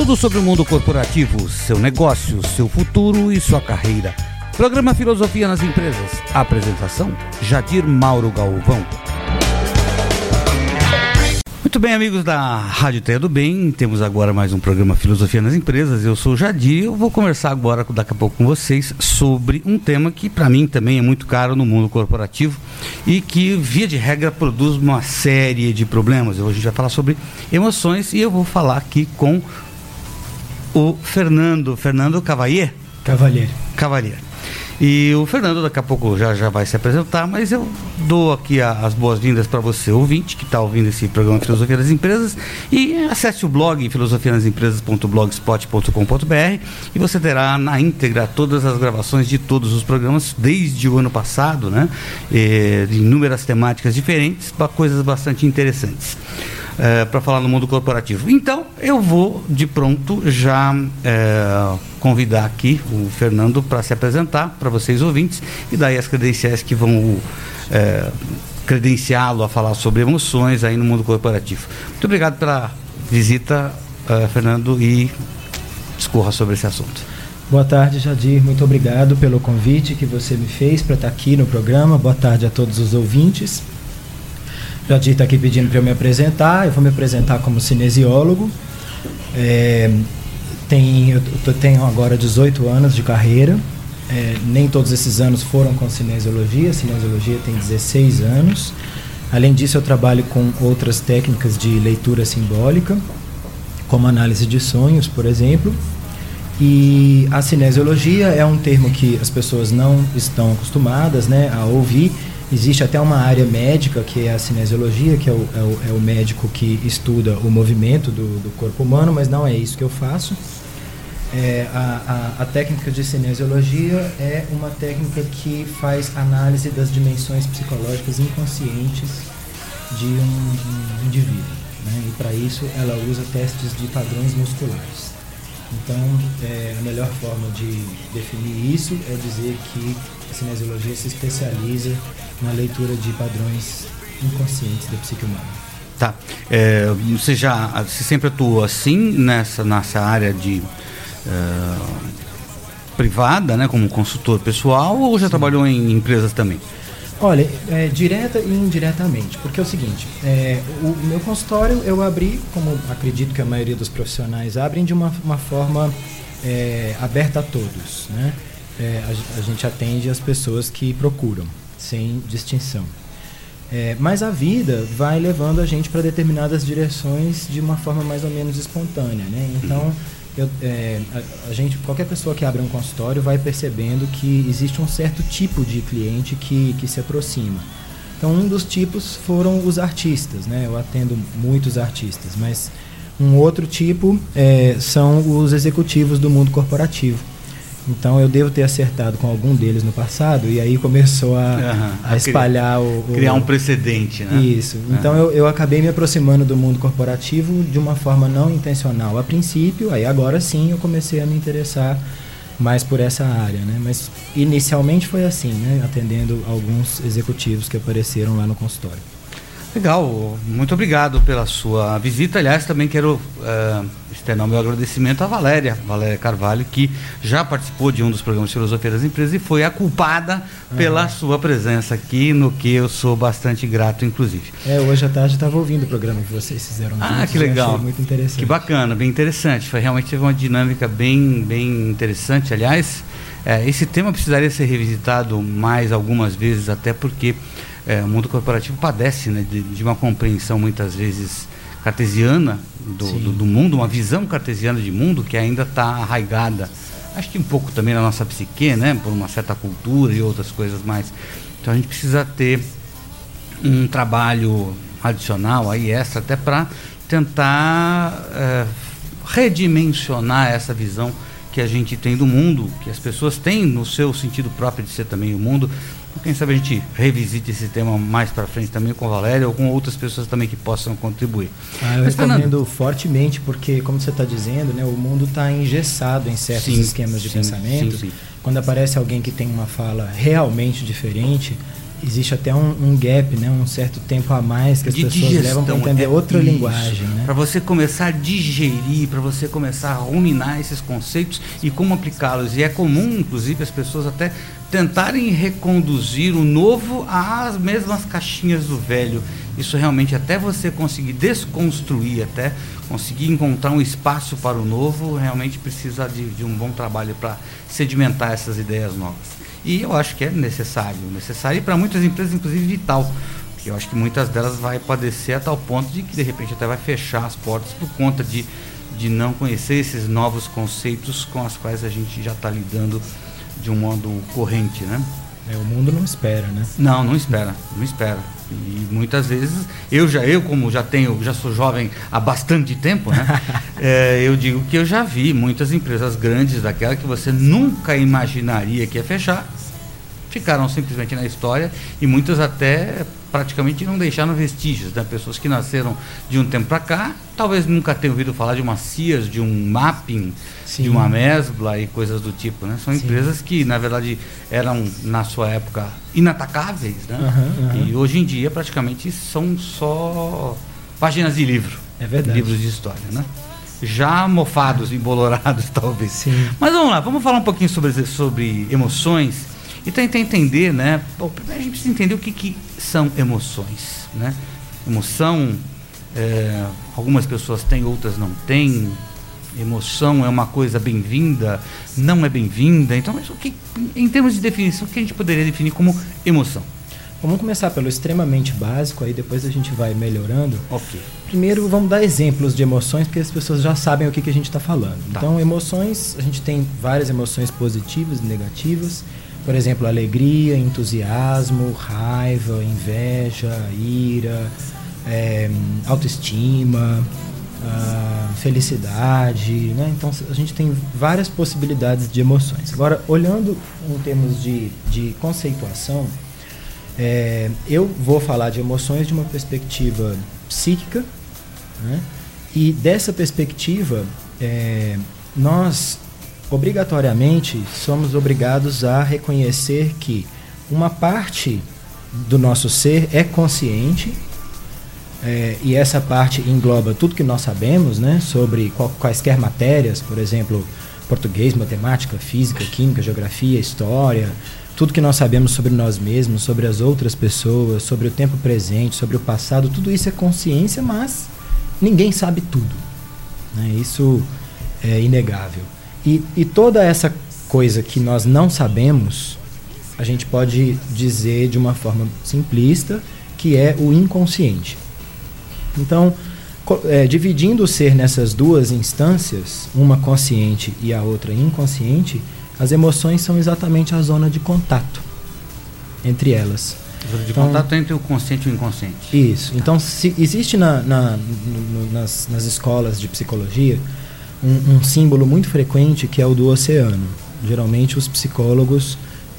Tudo sobre o mundo corporativo, seu negócio, seu futuro e sua carreira. Programa Filosofia nas Empresas. Apresentação: Jadir Mauro Galvão. Muito bem, amigos da Rádio Teia do Bem, temos agora mais um programa Filosofia nas Empresas. Eu sou o Jadir e eu vou conversar agora, daqui a pouco, com vocês sobre um tema que para mim também é muito caro no mundo corporativo e que, via de regra, produz uma série de problemas. Hoje a gente vai falar sobre emoções e eu vou falar aqui com o Fernando Cavalier. E o Fernando daqui a pouco já vai se apresentar, mas eu dou aqui as boas-vindas para você, ouvinte, que está ouvindo esse programa Filosofia das Empresas, e acesse o blog filosofianasempresas.blogspot.com.br e você terá na íntegra todas as gravações de todos os programas desde o ano passado, né? De inúmeras temáticas diferentes, coisas bastante interessantes. Para falar no mundo corporativo. Então, eu vou de pronto já convidar aqui o Fernando para se apresentar para vocês ouvintes e daí as credenciais que vão credenciá-lo a falar sobre emoções aí no mundo corporativo. Muito obrigado pela visita, Fernando, e discorra sobre esse assunto. Boa tarde, Jadir. Muito obrigado pelo convite que você me fez para estar aqui no programa. Boa tarde a todos os ouvintes. Jadir está aqui pedindo para eu me apresentar. Eu vou me apresentar como cinesiólogo. Eu tenho agora 18 anos de carreira. Nem todos esses anos foram com cinesiologia. A cinesiologia tem 16 anos. Além disso, eu trabalho com outras técnicas de leitura simbólica, como análise de sonhos, por exemplo. E a cinesiologia é um termo que as pessoas não estão acostumadas, né, a ouvir. Existe até uma área médica, que é a cinesiologia, que é o médico que estuda o movimento do corpo humano, mas não é isso que eu faço. A técnica de cinesiologia é uma técnica que faz análise das dimensões psicológicas inconscientes de um indivíduo, né? E para isso ela usa testes de padrões musculares. Então, a melhor forma de definir isso é dizer que a cinesiologia se especializa na leitura de padrões inconscientes da psique humana. Tá. Você sempre atuou assim nessa área de privada, né, como consultor pessoal, ou já trabalhou em empresas também? Olha, direta e indiretamente, porque é o seguinte, o meu consultório eu abri, como acredito que a maioria dos profissionais abrem, de uma forma aberta a todos, né? A gente atende as pessoas que procuram, sem distinção. Mas a vida vai levando a gente para determinadas direções de uma forma mais ou menos espontânea, né? Então, qualquer pessoa que abre um consultório vai percebendo que existe um certo tipo de cliente que se aproxima. Então, um dos tipos foram os artistas, né? Eu atendo muitos artistas, mas um outro tipo são os executivos do mundo corporativo. Então, eu devo ter acertado com algum deles no passado, e aí começou a espalhar criar um precedente, né? Isso. Então, eu acabei me aproximando do mundo corporativo de uma forma não intencional a princípio, aí agora sim eu comecei a me interessar mais por essa área, né? Mas inicialmente foi assim, né? Atendendo alguns executivos que apareceram lá no consultório. Legal, muito obrigado pela sua visita. Aliás, também quero externar o meu agradecimento à Valéria Carvalho, que já participou de um dos programas de Filosofia das Empresas e foi a culpada pela sua presença aqui, no que eu sou bastante grato, inclusive. Hoje à tarde eu estava ouvindo o programa que vocês fizeram. Que legal. Achei muito interessante. Que bacana, bem interessante. Realmente teve uma dinâmica bem interessante. Aliás, esse tema precisaria ser revisitado mais algumas vezes, até porque o mundo corporativo padece, né, de uma compreensão muitas vezes cartesiana do mundo, uma visão cartesiana de mundo que ainda está arraigada, acho que um pouco também na nossa psique, né, por uma certa cultura e outras coisas mais. Então a gente precisa ter um trabalho adicional aí, extra, até para tentar redimensionar essa visão que a gente tem do mundo, que as pessoas têm no seu sentido próprio de ser também o mundo. Quem sabe a gente revisite esse tema mais para frente também com a Valéria ou com outras pessoas também que possam contribuir. Eu recomendo fortemente, porque, como você está dizendo, né, o mundo está engessado em certos esquemas de pensamento. Quando aparece alguém que tem uma fala realmente diferente, existe até um gap, né? Um certo tempo a mais que as pessoas levam para entender outra linguagem. Né? Para você começar a digerir, para você começar a ruminar esses conceitos e como aplicá-los. E é comum, inclusive, as pessoas até tentarem reconduzir o novo às mesmas caixinhas do velho. Isso realmente, até você conseguir desconstruir, até conseguir encontrar um espaço para o novo, realmente precisa de um bom trabalho para sedimentar essas ideias novas. E eu acho que é necessário e para muitas empresas, inclusive, vital. Porque eu acho que muitas delas vai padecer a tal ponto de que, de repente, até vai fechar as portas por conta de não conhecer esses novos conceitos com os quais a gente já está lidando de um modo corrente, né? O mundo não espera, né? Não espera. E muitas vezes, eu como já sou jovem há bastante tempo, né? Eu digo que eu já vi muitas empresas grandes, daquela que você nunca imaginaria que ia fechar, ficaram simplesmente na história e muitas até praticamente não deixaram vestígios, né? Pessoas que nasceram de um tempo para cá, talvez nunca tenham ouvido falar de uma Sears, de um Mapping, sim, de uma Mesbla e coisas do tipo, né? São, sim, empresas que, na verdade, eram, na sua época, inatacáveis, né? E hoje em dia, praticamente, são só páginas de livro. É verdade. Livros de história, né? Já mofados, embolorados, talvez. Sim. Mas vamos lá, vamos falar um pouquinho sobre emoções e tentar entender, né? Bom, primeiro a gente precisa entender o que são emoções, né? Emoção, algumas pessoas têm, outras não têm. Emoção é uma coisa bem-vinda, não é bem-vinda. Então, mas em termos de definição, o que a gente poderia definir como emoção? Vamos começar pelo extremamente básico, aí depois a gente vai melhorando. Ok. Primeiro, vamos dar exemplos de emoções, porque as pessoas já sabem o que a gente está falando. Tá. Então, emoções, a gente tem várias emoções positivas e negativas. Por exemplo, alegria, entusiasmo, raiva, inveja, ira, autoestima, felicidade, né? Então a gente tem várias possibilidades de emoções. Agora, olhando em termos de conceituação, eu vou falar de emoções de uma perspectiva psíquica, né? E dessa perspectiva, nós obrigatoriamente somos obrigados a reconhecer que uma parte do nosso ser é consciente, e essa parte engloba tudo que nós sabemos, né, sobre quaisquer matérias, por exemplo, português, matemática, física, química, geografia, história, tudo que nós sabemos sobre nós mesmos, sobre as outras pessoas, sobre o tempo presente, sobre o passado, tudo isso é consciência, mas ninguém sabe tudo, né? Isso é inegável. E toda essa coisa que nós não sabemos, a gente pode dizer de uma forma simplista que é o inconsciente. Então, dividindo o ser nessas duas instâncias, uma consciente e a outra inconsciente, as emoções são exatamente a zona de contato entre elas. A zona de contato entre o consciente e o inconsciente. Isso. Então, existe nas escolas de psicologia um símbolo muito frequente que é o do oceano. Geralmente os psicólogos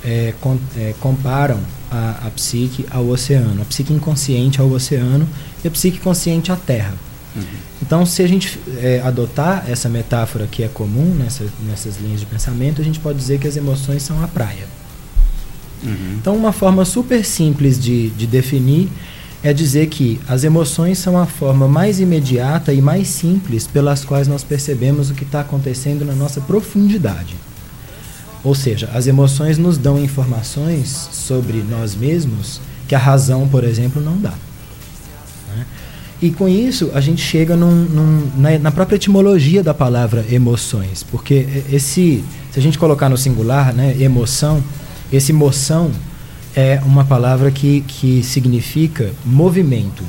comparam a psique ao oceano, a psique inconsciente ao oceano e a psique consciente à terra. Uhum. Então, se a gente adotar essa metáfora que é comum nessas linhas de pensamento, a gente pode dizer que as emoções são a praia. Uhum. Então, uma forma super simples de definir é dizer que as emoções são a forma mais imediata e mais simples pelas quais nós percebemos o que está acontecendo na nossa profundidade. Ou seja, as emoções nos dão informações sobre nós mesmos que a razão, por exemplo, não dá. Né? E com isso a gente chega na própria etimologia da palavra emoções, porque se a gente colocar no singular, né, emoção, esse moção é uma palavra que significa movimento.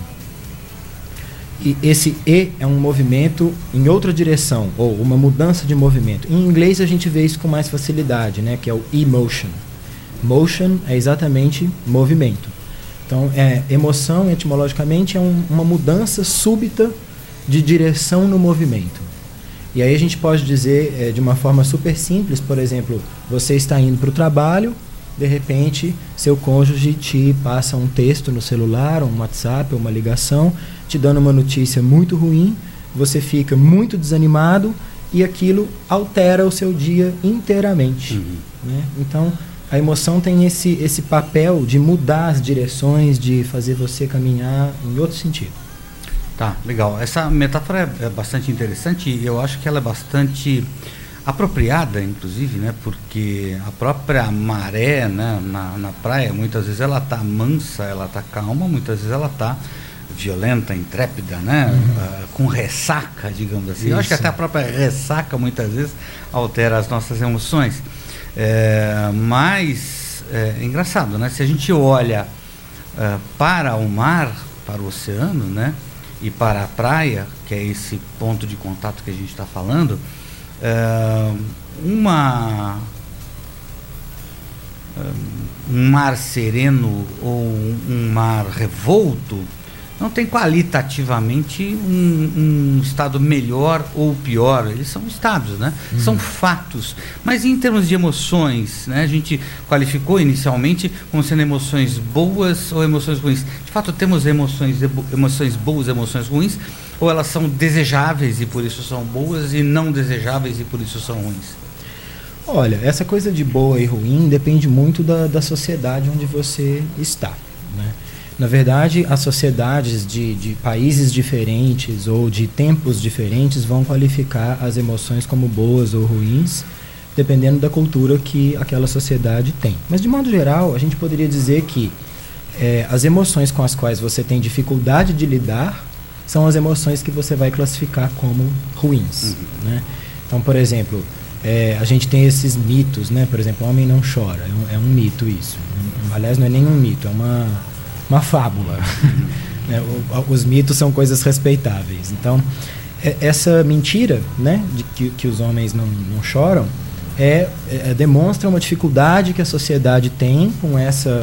E esse E é um movimento em outra direção, ou uma mudança de movimento. Em inglês a gente vê isso com mais facilidade, né, que é o emotion. Motion é exatamente movimento. Então, emoção, etimologicamente, é uma mudança súbita de direção no movimento. E aí a gente pode dizer de uma forma super simples, por exemplo, você está indo para o trabalho, de repente, seu cônjuge te passa um texto no celular, um WhatsApp, uma ligação, te dando uma notícia muito ruim, você fica muito desanimado e aquilo altera o seu dia inteiramente. Uhum. Né? Então, a emoção tem esse papel de mudar as direções, de fazer você caminhar em outro sentido. Tá, legal. Essa metáfora é bastante interessante e eu acho que ela é bastante apropriada, inclusive, né? Porque a própria maré, né, na praia, muitas vezes ela está mansa, ela está calma, muitas vezes ela está violenta, intrépida, né? Com ressaca, digamos assim. Isso. Eu acho que até a própria ressaca muitas vezes altera as nossas emoções. Mas é engraçado, né? Se a gente olha para o mar, para o oceano, né? E para a praia, que é esse ponto de contato que a gente está falando, um mar sereno ou um mar revolto não tem qualitativamente um estado melhor ou pior. Eles são estados, né? São fatos. Mas em termos de emoções, né? A gente qualificou inicialmente como sendo emoções boas ou emoções ruins. De fato, temos emoções boas, emoções ruins, ou elas são desejáveis e por isso são boas e não desejáveis e por isso são ruins? Olha, essa coisa de boa e ruim depende muito da sociedade onde você está, né? Na verdade, as sociedades de países diferentes ou de tempos diferentes vão qualificar as emoções como boas ou ruins, dependendo da cultura que aquela sociedade tem. Mas, de modo geral, a gente poderia dizer que as emoções com as quais você tem dificuldade de lidar são as emoções que você vai classificar como ruins, né? Então, por exemplo, a gente tem esses mitos, né? Por exemplo, o homem não chora, é um mito isso. Aliás, não é nenhum mito, é uma fábula. Né? Os mitos são coisas respeitáveis. Então, essa mentira, né, de que os homens não choram demonstra uma dificuldade que a sociedade tem com essa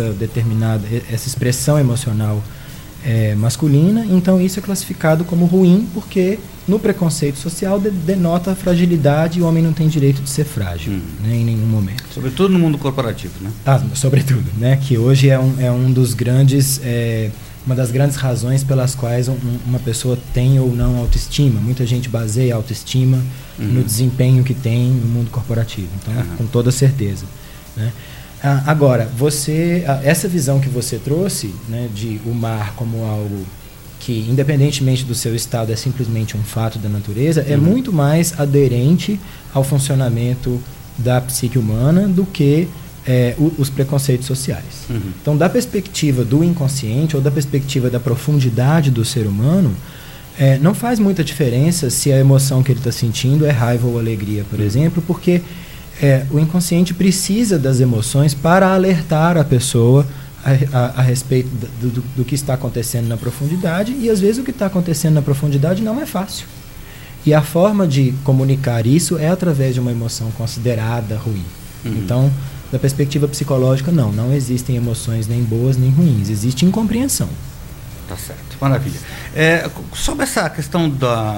expressão emocional masculina. Então, isso é classificado como ruim porque no preconceito social denota a fragilidade e o homem não tem direito de ser frágil, né, em nenhum momento. Sobretudo no mundo corporativo, né? Sobretudo, né? Que hoje é um dos grandes, uma das grandes razões pelas quais uma pessoa tem ou não autoestima. Muita gente baseia a autoestima no desempenho que tem no mundo corporativo. Então, com toda certeza, né? Agora, essa visão que você trouxe, né, de o mar como algo que, independentemente do seu estado, é simplesmente um fato da natureza, é muito mais aderente ao funcionamento da psique humana do que os preconceitos sociais. Então, da perspectiva do inconsciente ou da perspectiva da profundidade do ser humano, não faz muita diferença se a emoção que ele está sentindo é raiva ou alegria, por exemplo, porque o inconsciente precisa das emoções para alertar a pessoa a respeito do que está acontecendo na profundidade, e às vezes o que está acontecendo na profundidade não é fácil. E a forma de comunicar isso é através de uma emoção considerada ruim. Então, da perspectiva psicológica, não existem emoções nem boas nem ruins, existe incompreensão. Tá certo, maravilha. Sobre essa questão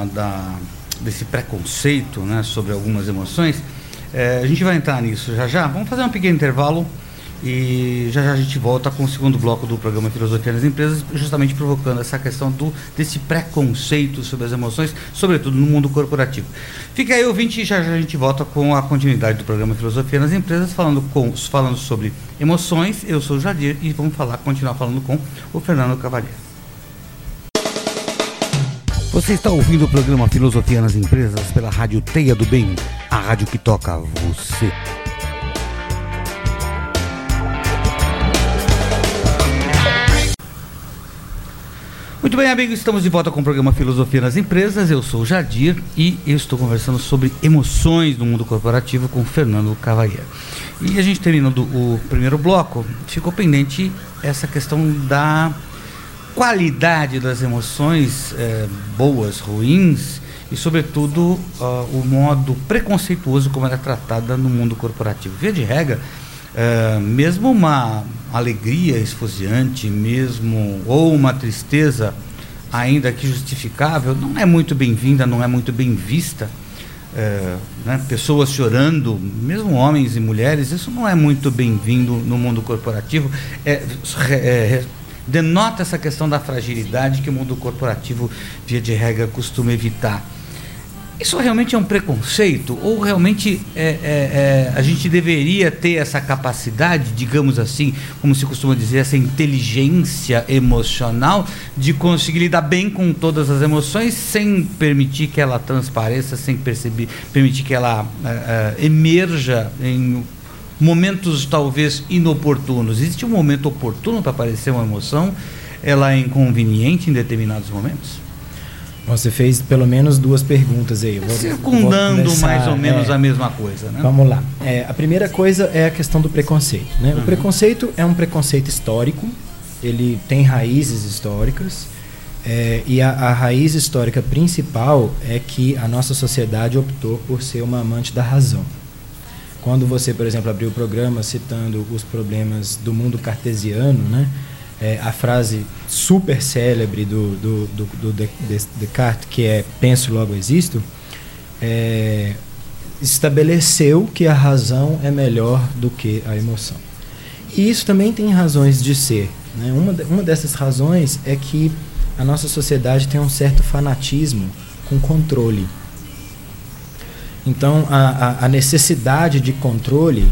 desse preconceito, né, sobre algumas emoções, a gente vai entrar nisso já. Vamos fazer um pequeno intervalo e já a gente volta com o segundo bloco do programa Filosofia nas Empresas, justamente provocando essa questão desse preconceito sobre as emoções, sobretudo no mundo corporativo. Fica aí, ouvinte, já a gente volta com a continuidade do programa Filosofia nas Empresas, falando sobre emoções. Eu sou o Jadir e vamos continuar falando com o Fernando Cavalheiro. Você está ouvindo o programa Filosofia nas Empresas pela Rádio Teia do Bem, a rádio que toca você. Muito bem, amigos, estamos de volta com o programa Filosofia nas Empresas. Eu sou o Jadir e eu estou conversando sobre emoções no mundo corporativo com o Fernando Cavalheiro. E a gente terminando o primeiro bloco, ficou pendente essa questão da qualidade das emoções, boas, ruins, e sobretudo o modo preconceituoso como ela é tratada no mundo corporativo. Via de regra, mesmo uma alegria esfuziante, ou uma tristeza ainda que justificável, não é muito bem-vinda, não é muito bem vista, né? Pessoas chorando, mesmo homens e mulheres, isso não é muito bem-vindo no mundo corporativo. Denota essa questão da fragilidade que o mundo corporativo, via de regra, costuma evitar. Isso realmente é um preconceito? Ou realmente a gente deveria ter essa capacidade, digamos assim, como se costuma dizer, essa inteligência emocional de conseguir lidar bem com todas as emoções sem permitir que ela transpareça, sem permitir que ela emerja em momentos talvez inoportunos? Existe um momento oportuno para aparecer uma emoção? Ela é inconveniente em determinados momentos? Você fez pelo menos 2 perguntas aí. Circundando começar, mais ou menos a mesma coisa, né? Vamos lá. A primeira coisa é a questão do preconceito, né? O preconceito é um preconceito histórico, ele tem raízes históricas, e a raiz histórica principal é que a nossa sociedade optou por ser uma amante da razão. Quando você, por exemplo, abriu o programa citando os problemas do mundo cartesiano, né? A frase super célebre do Descartes, que é penso, logo existo, estabeleceu que a razão é melhor do que a emoção. E isso também tem razões de ser, né? Uma dessas razões é que a nossa sociedade tem um certo fanatismo com controle. Então, a necessidade de controle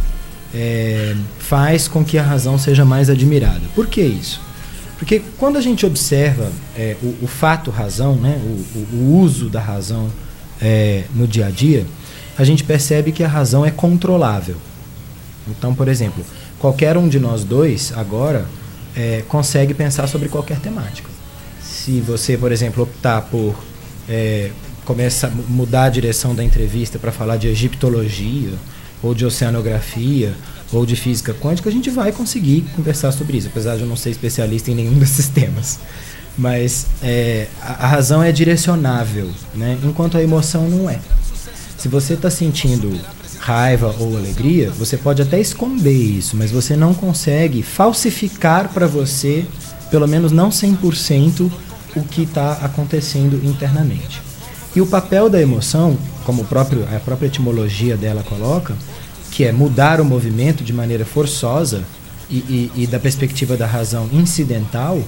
faz com que a razão seja mais admirada. Por que isso? Porque quando a gente observa o fato razão, né, o uso da razão no dia a dia, a gente percebe que a razão é controlável. Então, por exemplo, qualquer um de nós dois agora consegue pensar sobre qualquer temática. Se você, por exemplo, optar por começar a mudar a direção da entrevista para falar de egiptologia, ou de oceanografia, ou de física quântica, a gente vai conseguir conversar sobre isso, apesar de eu não ser especialista em nenhum desses temas. Mas a razão é direcionável, né? Enquanto a emoção não é. Se você está sentindo raiva ou alegria, você pode até esconder isso, mas você não consegue falsificar para você, pelo menos não 100%, o que está acontecendo internamente. E o papel da emoção, como a própria etimologia dela coloca, que é mudar o movimento de maneira forçosa e da perspectiva da razão incidental,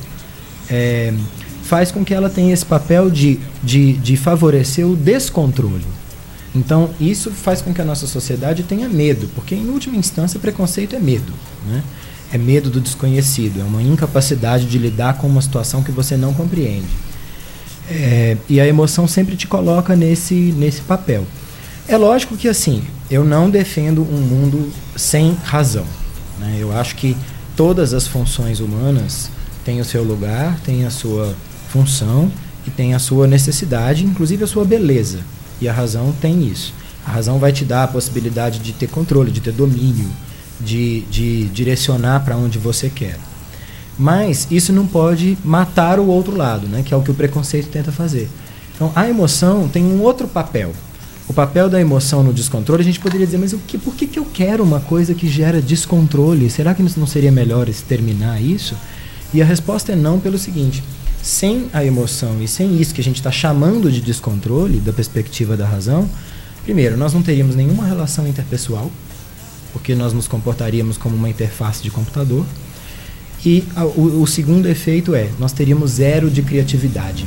faz com que ela tenha esse papel de favorecer o descontrole. Então, isso faz com que a nossa sociedade tenha medo, porque, em última instância, preconceito é medo, né? É medo do desconhecido, é uma incapacidade de lidar com uma situação que você não compreende. E a emoção sempre te coloca nesse papel. É lógico que, assim, eu não defendo um mundo sem razão, né? Eu acho que todas as funções humanas têm o seu lugar, têm a sua função e têm a sua necessidade, inclusive a sua beleza. E a razão tem isso. A razão vai te dar a possibilidade de ter controle, de ter domínio, de direcionar para onde você quer. Mas isso não pode matar o outro lado, né? Que é o que o preconceito tenta fazer. Então, a emoção tem um outro papel. O papel da emoção no descontrole, a gente poderia dizer, mas por que eu quero uma coisa que gera descontrole? Será que não seria melhor exterminar isso? E a resposta é não, pelo seguinte: sem a emoção e sem isso que a gente está chamando de descontrole, da perspectiva da razão, primeiro, nós não teríamos nenhuma relação interpessoal, porque nós nos comportaríamos como uma interface de computador. E o segundo efeito nós teríamos zero de criatividade.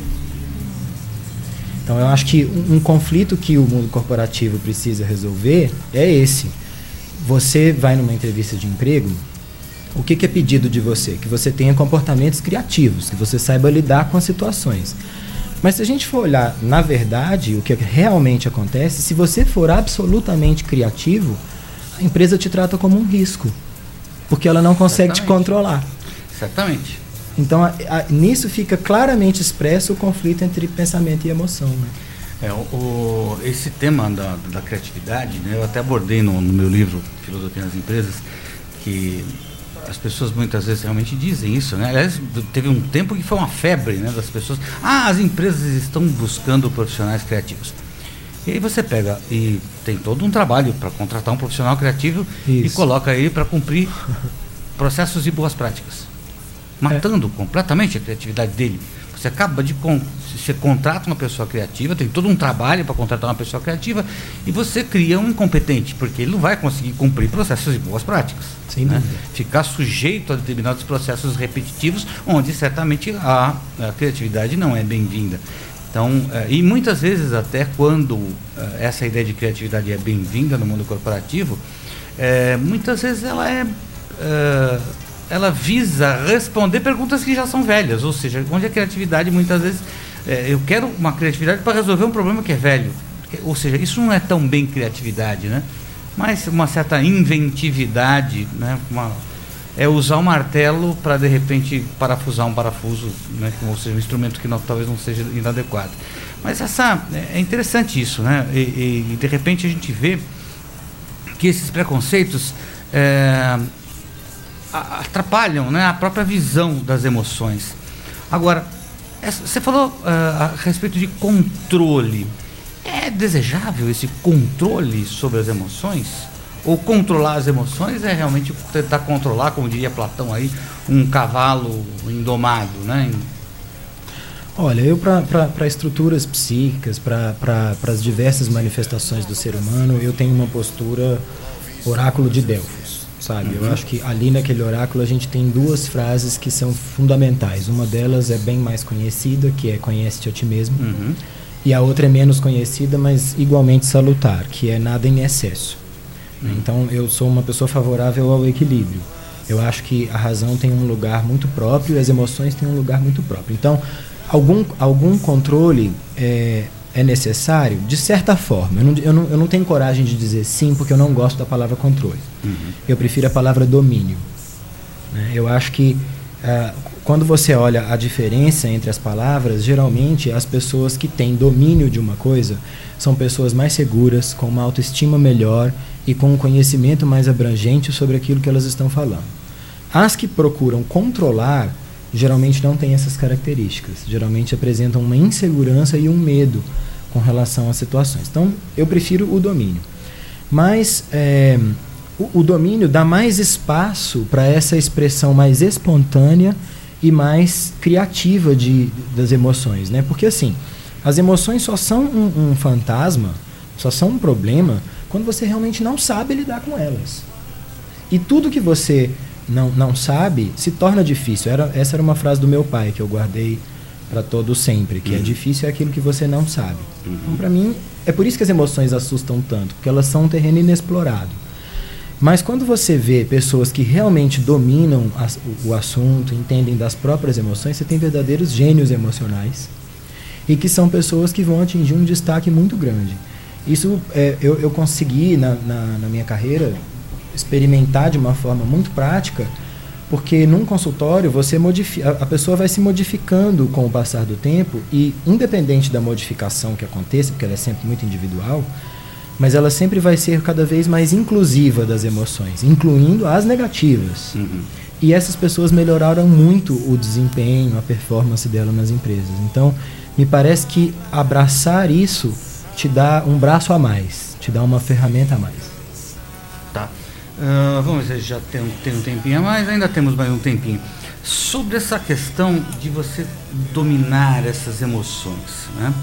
Então, eu acho que um conflito que o mundo corporativo precisa resolver é esse. Você vai numa entrevista de emprego, o que é pedido de você? Que você tenha comportamentos criativos, que você saiba lidar com as situações. Mas se a gente for olhar, na verdade, o que realmente acontece, se você for absolutamente criativo, a empresa te trata como um risco, porque ela não consegue te controlar. Certamente. Então, nisso fica claramente expresso o conflito entre pensamento e emoção, né? Esse tema da criatividade, né, eu até abordei no meu livro Filosofia nas Empresas, que as pessoas muitas vezes realmente dizem isso, né? Aliás, teve um tempo que foi uma febre, né, das pessoas. As empresas estão buscando profissionais criativos. E aí você pega e tem todo um trabalho para contratar um profissional criativo e coloca ele para cumprir processos e boas práticas, matando completamente a criatividade dele. Você acaba você contrata uma pessoa criativa, tem todo um trabalho para contratar uma pessoa criativa e você cria um incompetente, porque ele não vai conseguir cumprir processos e boas práticas. Sim, né? Ficar sujeito a determinados processos repetitivos, onde certamente a criatividade não é bem-vinda. Então, e muitas vezes até quando essa ideia de criatividade é bem-vinda no mundo corporativo, muitas vezes ela visa responder perguntas que já são velhas, ou seja, onde a criatividade muitas vezes, eu quero uma criatividade para resolver um problema que é velho, ou seja, isso não é tão bem criatividade, né? Mas uma certa inventividade, né? É usar um martelo para de repente parafusar um parafuso, né? Ou seja, um instrumento que talvez não seja inadequado. Mas é interessante isso, né? E de repente a gente vê que esses preconceitos atrapalham, né, a própria visão das emoções. Agora, você falou a respeito de controle. É desejável esse controle sobre as emoções? Ou controlar as emoções é realmente tentar controlar, como diria Platão aí, um cavalo indomado, né? Olha, eu para estruturas psíquicas, para as diversas manifestações do ser humano, eu tenho uma postura oráculo de Delfos, sabe? Eu acho que ali naquele oráculo a gente tem duas frases que são fundamentais. Uma delas é bem mais conhecida, que é conhece-te a ti mesmo. E a outra é menos conhecida, mas igualmente salutar, que é nada em excesso. Então eu sou uma pessoa favorável ao equilíbrio. Eu acho que a razão tem um lugar muito próprio e as emoções têm um lugar muito próprio. Então algum controle é necessário, de certa forma. Eu não tenho coragem de dizer sim, porque eu não gosto da palavra controle. Eu prefiro a palavra domínio, né? Eu acho que quando você olha a diferença entre as palavras, geralmente as pessoas que têm domínio de uma coisa são pessoas mais seguras, com uma autoestima melhor e com um conhecimento mais abrangente sobre aquilo que elas estão falando. As que procuram controlar, geralmente não têm essas características. Geralmente apresentam uma insegurança e um medo com relação às situações. Então, eu prefiro o domínio. Mas o domínio dá mais espaço para essa expressão mais espontânea e mais criativa das emoções, né? Porque assim, as emoções só são um fantasma, só são um problema quando você realmente não sabe lidar com elas. E tudo que você não sabe se torna difícil. Essa era uma frase do meu pai que eu guardei para todo sempre, que é difícil é aquilo que você não sabe. Então, para mim, é por isso que as emoções assustam tanto, porque elas são um terreno inexplorado. Mas quando você vê pessoas que realmente dominam o assunto, entendem das próprias emoções, você tem verdadeiros gênios emocionais e que são pessoas que vão atingir um destaque muito grande. Isso eu consegui, na minha carreira, experimentar de uma forma muito prática, porque num consultório a pessoa vai se modificando com o passar do tempo e, independente da modificação que aconteça, porque ela é sempre muito individual, mas ela sempre vai ser cada vez mais inclusiva das emoções, incluindo as negativas. E essas pessoas melhoraram muito o desempenho, a performance dela nas empresas. Então, me parece que abraçar isso te dá um braço a mais, te dá uma ferramenta a mais. Tá. Vamos ver, já tem um tempinho, mas ainda temos mais um tempinho. Sobre essa questão de você dominar essas emoções, né?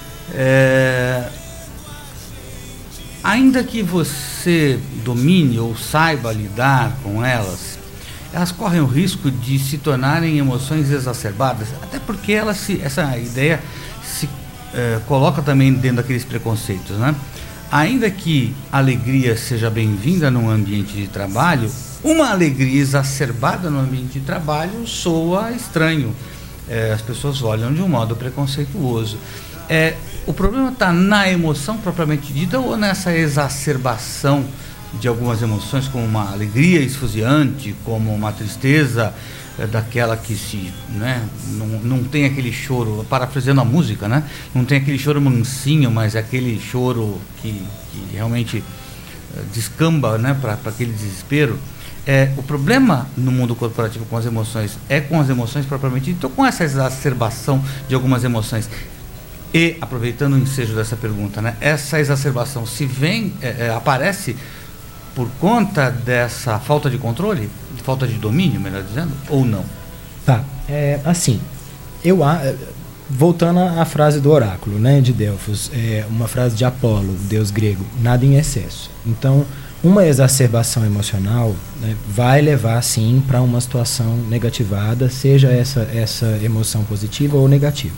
Ainda que você domine ou saiba lidar com elas correm o risco de se tornarem emoções exacerbadas, até porque essa ideia se coloca também dentro daqueles preconceitos, né? Ainda que a alegria seja bem-vinda num ambiente de trabalho, uma alegria exacerbada no ambiente de trabalho soa estranho. As pessoas olham de um modo preconceituoso. O problema está na emoção propriamente dita ou nessa exacerbação de algumas emoções, como uma alegria esfuziante, como uma tristeza daquela que não tem aquele choro, parafraseando a música, né? Não tem aquele choro mansinho, mas é aquele choro que realmente descamba, né, para aquele desespero. O problema no mundo corporativo com as emoções é com as emoções propriamente dita, ou com essa exacerbação de algumas emoções. E, aproveitando o ensejo dessa pergunta, né, essa exacerbação aparece por conta dessa falta de controle, falta de domínio, melhor dizendo, ou não? Tá, assim, voltando à frase do oráculo, né, de Delfos, uma frase de Apolo, deus grego, nada em excesso. Então, uma exacerbação emocional, né, vai levar, sim, para uma situação negativada, seja essa emoção positiva ou negativa.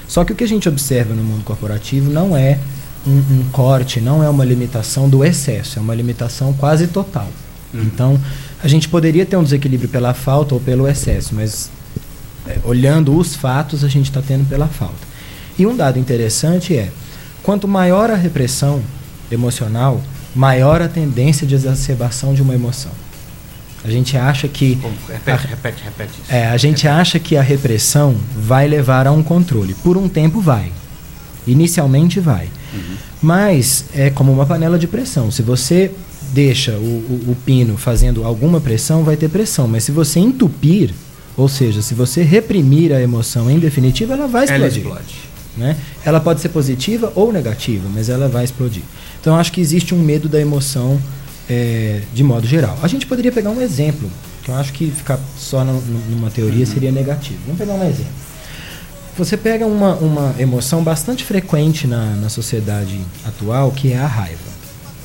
Só que o que a gente observa no mundo corporativo não é um corte, não é uma limitação do excesso, é uma limitação quase total. Então, a gente poderia ter um desequilíbrio pela falta ou pelo excesso, mas olhando os fatos, a gente está tendo pela falta. E um dado interessante é, quanto maior a repressão emocional, maior a tendência de exacerbação de uma emoção. A gente acha que... Repete isso. A gente acha que a repressão vai levar a um controle. Por um tempo vai. Inicialmente vai. Mas é como uma panela de pressão. Se você deixa o pino fazendo alguma pressão, vai ter pressão. Mas se você entupir, ou seja, se você reprimir a emoção em definitiva, ela vai explodir. Ela explode. Né? Ela pode ser positiva ou negativa, mas ela vai explodir. Então, eu acho que existe um medo da emoção de modo geral. A gente poderia pegar um exemplo, que eu acho que ficar só numa teoria seria negativo. Vamos pegar um exemplo. Você pega uma emoção bastante frequente na sociedade atual, que é a raiva.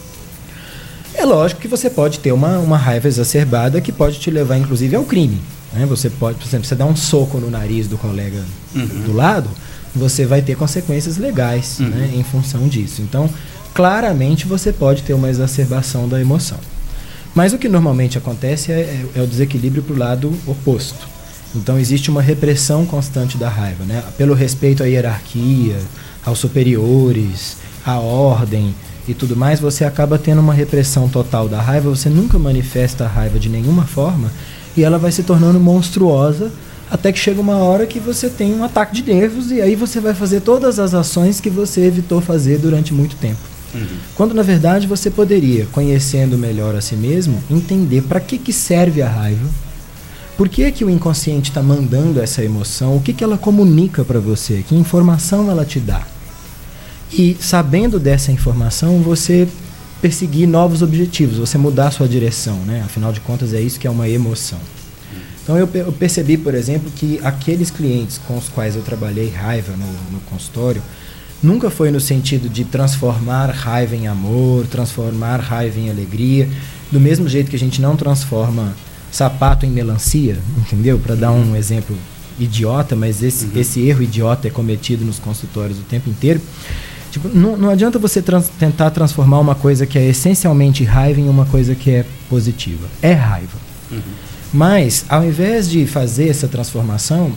É lógico que você pode ter uma raiva exacerbada que pode te levar, inclusive, ao crime. Né? Você pode, por exemplo, você dá um soco no nariz do colega do lado, você vai ter consequências legais né, em função disso. Então, claramente, você pode ter uma exacerbação da emoção. Mas o que normalmente acontece é o desequilíbrio para o lado oposto. Então, existe uma repressão constante da raiva, né? Pelo respeito à hierarquia, aos superiores, à ordem e tudo mais, você acaba tendo uma repressão total da raiva, você nunca manifesta a raiva de nenhuma forma e ela vai se tornando monstruosa até que chega uma hora que você tem um ataque de nervos e aí você vai fazer todas as ações que você evitou fazer durante muito tempo. Quando, na verdade, você poderia, conhecendo melhor a si mesmo, entender para que serve a raiva, por que o inconsciente está mandando essa emoção, o que ela comunica para você, que informação ela te dá. E, sabendo dessa informação, você perseguir novos objetivos, você mudar a sua direção, né? Afinal de contas, é isso que é uma emoção. Então, eu percebi, por exemplo, que aqueles clientes com os quais eu trabalhei raiva no consultório, nunca foi no sentido de transformar raiva em amor, transformar raiva em alegria, do mesmo jeito que a gente não transforma sapato em melancia, entendeu? Para dar um exemplo idiota, mas esse erro idiota é cometido nos consultórios o tempo inteiro. Tipo, não adianta você tentar transformar uma coisa que é essencialmente raiva em uma coisa que é positiva. É raiva. Mas, ao invés de fazer essa transformação,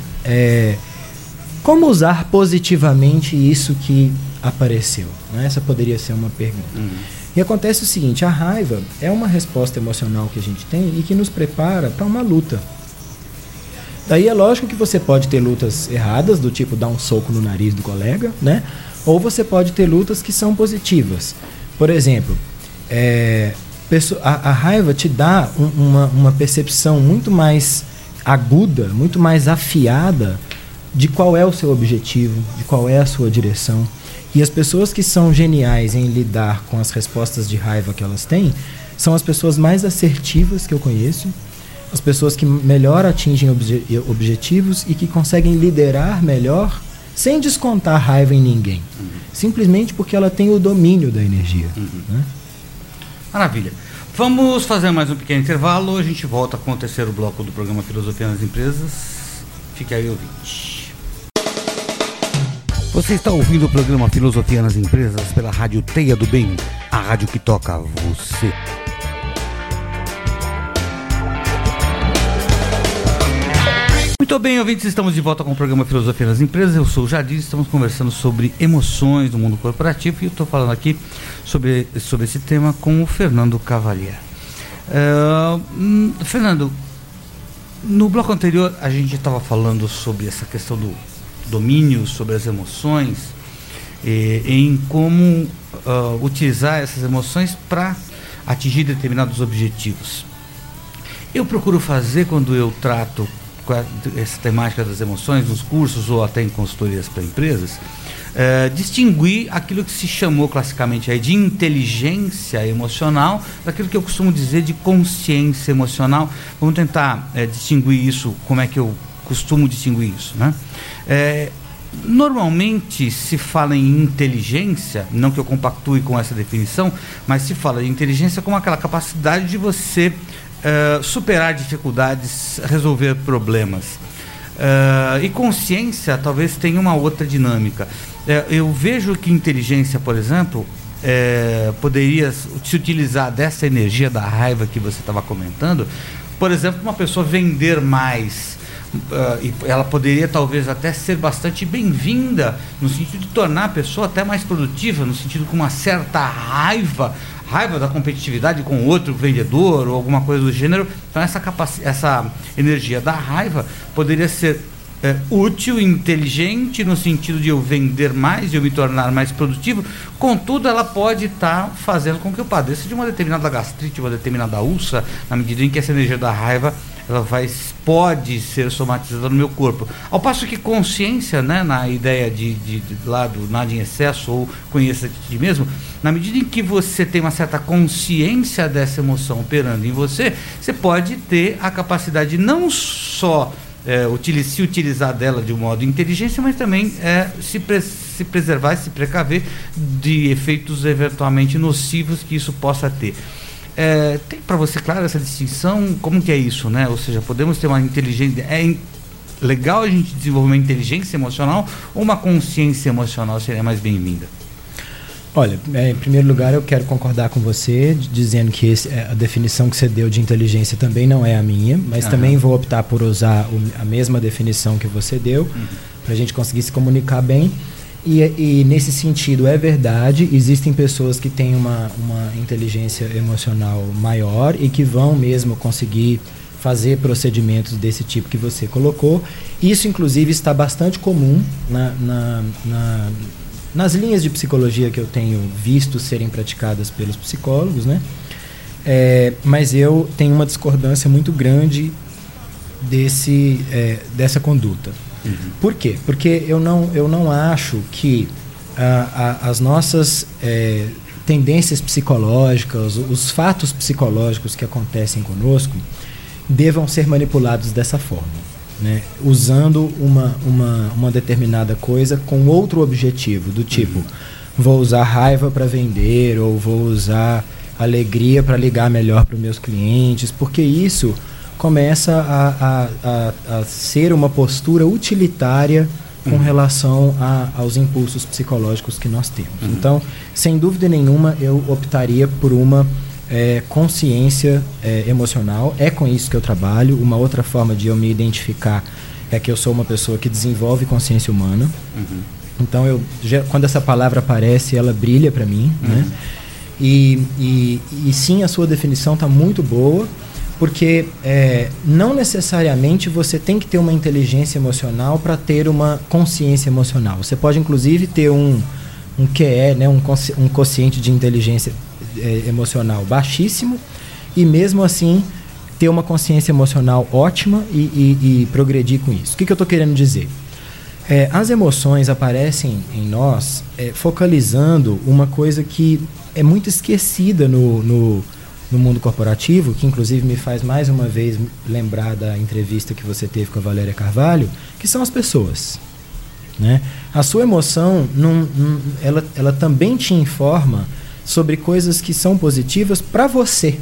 como usar positivamente isso que apareceu? Né? Essa poderia ser uma pergunta. E acontece o seguinte, a raiva é uma resposta emocional que a gente tem e que nos prepara para uma luta. Daí é lógico que você pode ter lutas erradas, do tipo dar um soco no nariz do colega, né? Ou você pode ter lutas que são positivas. Por exemplo, a raiva te dá uma percepção muito mais aguda, muito mais afiada de qual é o seu objetivo, de qual é a sua direção. E as pessoas que são geniais em lidar com as respostas de raiva que elas têm são as pessoas mais assertivas que eu conheço, as pessoas que melhor atingem objetivos e que conseguem liderar melhor sem descontar raiva em ninguém. Simplesmente porque ela tem o domínio da energia. Né? Maravilha. Vamos fazer mais um pequeno intervalo. A gente volta com o terceiro bloco do programa Filosofia nas Empresas. Fique aí, ouvinte. Você está ouvindo o programa Filosofia nas Empresas pela Rádio Teia do Bem, a rádio que toca você. Muito bem, ouvintes, estamos de volta com o programa Filosofia nas Empresas. Eu sou o Jadir, estamos conversando sobre emoções no mundo corporativo e eu estou falando aqui sobre esse tema com o Fernando Cavalier. Fernando, no bloco anterior a gente estava falando sobre essa questão do domínio sobre as emoções, em como utilizar essas emoções para atingir determinados objetivos. Eu procuro fazer, quando eu trato essa temática das emoções nos cursos ou até em consultorias para empresas, distinguir aquilo que se chamou classicamente aí de inteligência emocional daquilo que eu costumo dizer de consciência emocional. Vamos tentar distinguir isso, como é que eu costumo distinguir isso, né? Normalmente se fala em inteligência, não que eu compactue com essa definição, mas se fala de inteligência como aquela capacidade de você superar dificuldades, resolver problemas. E consciência talvez tenha uma outra dinâmica. Eu vejo que inteligência, por exemplo, poderia se utilizar dessa energia da raiva que você estava comentando. Por exemplo, uma pessoa vender mais, e ela poderia talvez até ser bastante bem-vinda, no sentido de tornar a pessoa até mais produtiva, no sentido com uma certa raiva da competitividade com outro vendedor ou alguma coisa do gênero. Então essa energia da raiva poderia ser útil, inteligente, no sentido de eu vender mais, de eu me tornar mais produtivo. Contudo, ela pode estar fazendo com que eu padeça de uma determinada gastrite, uma determinada úlcera, na medida em que essa energia da raiva ela pode ser somatizada no meu corpo. Ao passo que consciência, né, na ideia de lá do nada em excesso ou conheça de ti mesmo, na medida em que você tem uma certa consciência dessa emoção operando em você, você pode ter a capacidade não só se utilizar dela de um modo inteligente, mas também se preservar e se precaver de efeitos eventualmente nocivos que isso possa ter. Tem para você, claro, essa distinção? Como que é isso, né? Ou seja, podemos ter uma inteligência... É legal a gente desenvolver uma inteligência emocional ou uma consciência emocional seria mais bem-vinda? Olha, em primeiro lugar eu quero concordar com você, dizendo que a definição que você deu de inteligência também não é a minha, mas também vou optar por usar a mesma definição que você deu, para a gente conseguir se comunicar bem. E nesse sentido é verdade, existem pessoas que têm uma inteligência emocional maior e que vão mesmo conseguir fazer procedimentos desse tipo que você colocou. Isso inclusive está bastante comum nas linhas de psicologia que eu tenho visto serem praticadas pelos psicólogos, né? Mas eu tenho uma discordância muito grande dessa conduta. Por quê? Porque eu não acho que as nossas tendências psicológicas, os fatos psicológicos que acontecem conosco, devam ser manipulados dessa forma. Né, usando uma determinada coisa com outro objetivo, do tipo, vou usar raiva para vender, ou vou usar alegria para ligar melhor para os meus clientes, porque isso começa a ser uma postura utilitária com relação aos impulsos psicológicos que nós temos. Então, sem dúvida nenhuma, eu optaria por uma consciência emocional. É com isso que eu trabalho. Uma outra forma de eu me identificar é que eu sou uma pessoa que desenvolve consciência humana. Então, quando essa palavra aparece, ela brilha para mim, né? E sim, a sua definição está muito boa, porque não necessariamente você tem que ter uma inteligência emocional para ter uma consciência emocional. Você pode, inclusive, ter um QE, né, um quociente de inteligência emocional baixíssimo e mesmo assim ter uma consciência emocional ótima e progredir com isso. O que eu estou querendo dizer? As emoções aparecem em nós focalizando uma coisa que é muito esquecida no mundo corporativo, que inclusive me faz mais uma vez lembrar da entrevista que você teve com a Valéria Carvalho, que são as pessoas. Né? A sua emoção, ela também te informa sobre coisas que são positivas para você.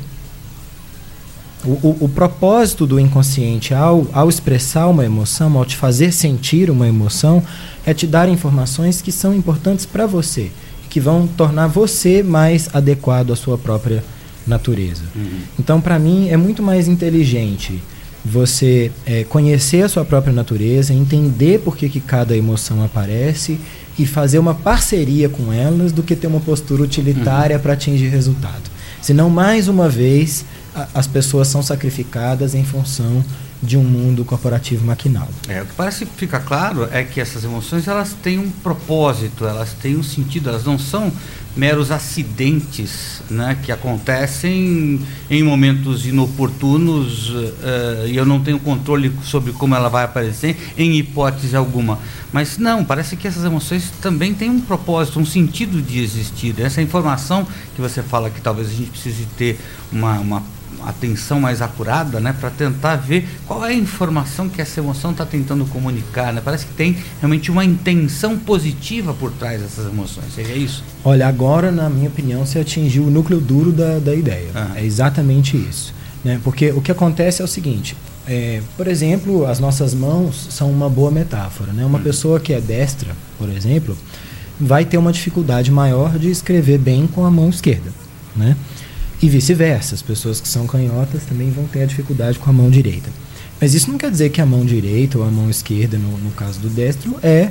O propósito do inconsciente ao expressar uma emoção, ao te fazer sentir uma emoção, é te dar informações que são importantes para você, que vão tornar você mais adequado à sua própria natureza. Então, para mim, é muito mais inteligente você conhecer a sua própria natureza, entender por que cada emoção aparece e fazer uma parceria com elas, do que ter uma postura utilitária para atingir resultado. Senão, mais uma vez, as pessoas são sacrificadas em função de um mundo corporativo maquinal. O que parece ficar claro é que essas emoções, elas têm um propósito, elas têm um sentido, elas não são meros acidentes, né, que acontecem em momentos inoportunos e eu não tenho controle sobre como ela vai aparecer em hipótese alguma. Mas não, parece que essas emoções também têm um propósito, um sentido de existir. Essa informação que você fala que talvez a gente precise ter uma atenção mais acurada, né, para tentar ver qual é a informação que essa emoção está tentando comunicar, né? Parece que tem realmente uma intenção positiva por trás dessas emoções. Seria isso? Olha, agora, na minha opinião, você atingiu o núcleo duro da ideia. É exatamente isso, né? Porque o que acontece é o seguinte: Por exemplo, as nossas mãos são uma boa metáfora, né? Uma pessoa que é destra, por exemplo, vai ter uma dificuldade maior de escrever bem com a mão esquerda, né? E vice-versa, as pessoas que são canhotas também vão ter a dificuldade com a mão direita. Mas isso não quer dizer que a mão direita ou a mão esquerda, no caso do destro, é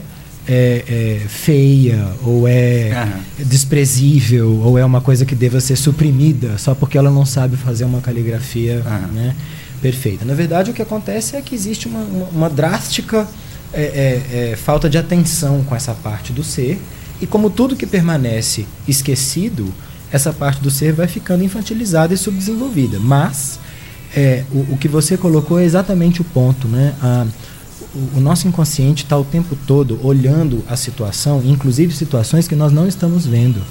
feia, ou desprezível, ou é uma coisa que deva ser suprimida só porque ela não sabe fazer uma caligrafia, né, perfeita. Na verdade, o que acontece é que existe uma drástica falta de atenção com essa parte do ser, e como tudo que permanece esquecido, essa parte do ser vai ficando infantilizada e subdesenvolvida. Mas o que você colocou é exatamente o ponto, né? O nosso inconsciente está o tempo todo olhando a situação, inclusive situações que nós não estamos vendo.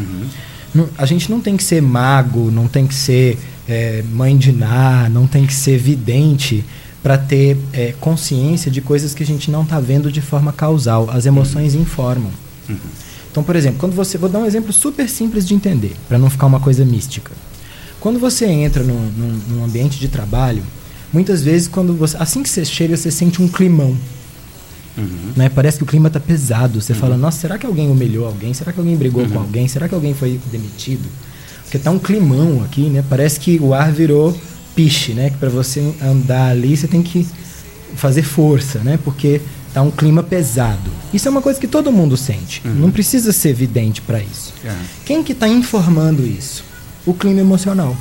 A gente não tem que ser mago, não tem que ser mãe de Ná, não tem que ser vidente para ter consciência de coisas que a gente não está vendo de forma causal. As emoções informam. Então, por exemplo, vou dar um exemplo super simples de entender, para não ficar uma coisa mística. Quando você entra num ambiente de trabalho, muitas vezes, assim que você chega, você sente um climão. Né? Parece que o clima está pesado. Você fala, nossa, será que alguém humilhou alguém? Será que alguém brigou com alguém? Será que alguém foi demitido? Porque está um climão aqui, né? Parece que o ar virou piche, né? Que para você andar ali, você tem que fazer força, né? Porque está um clima pesado. Isso é uma coisa que todo mundo sente. Não precisa ser evidente para isso. Quem que está informando isso? O clima emocional.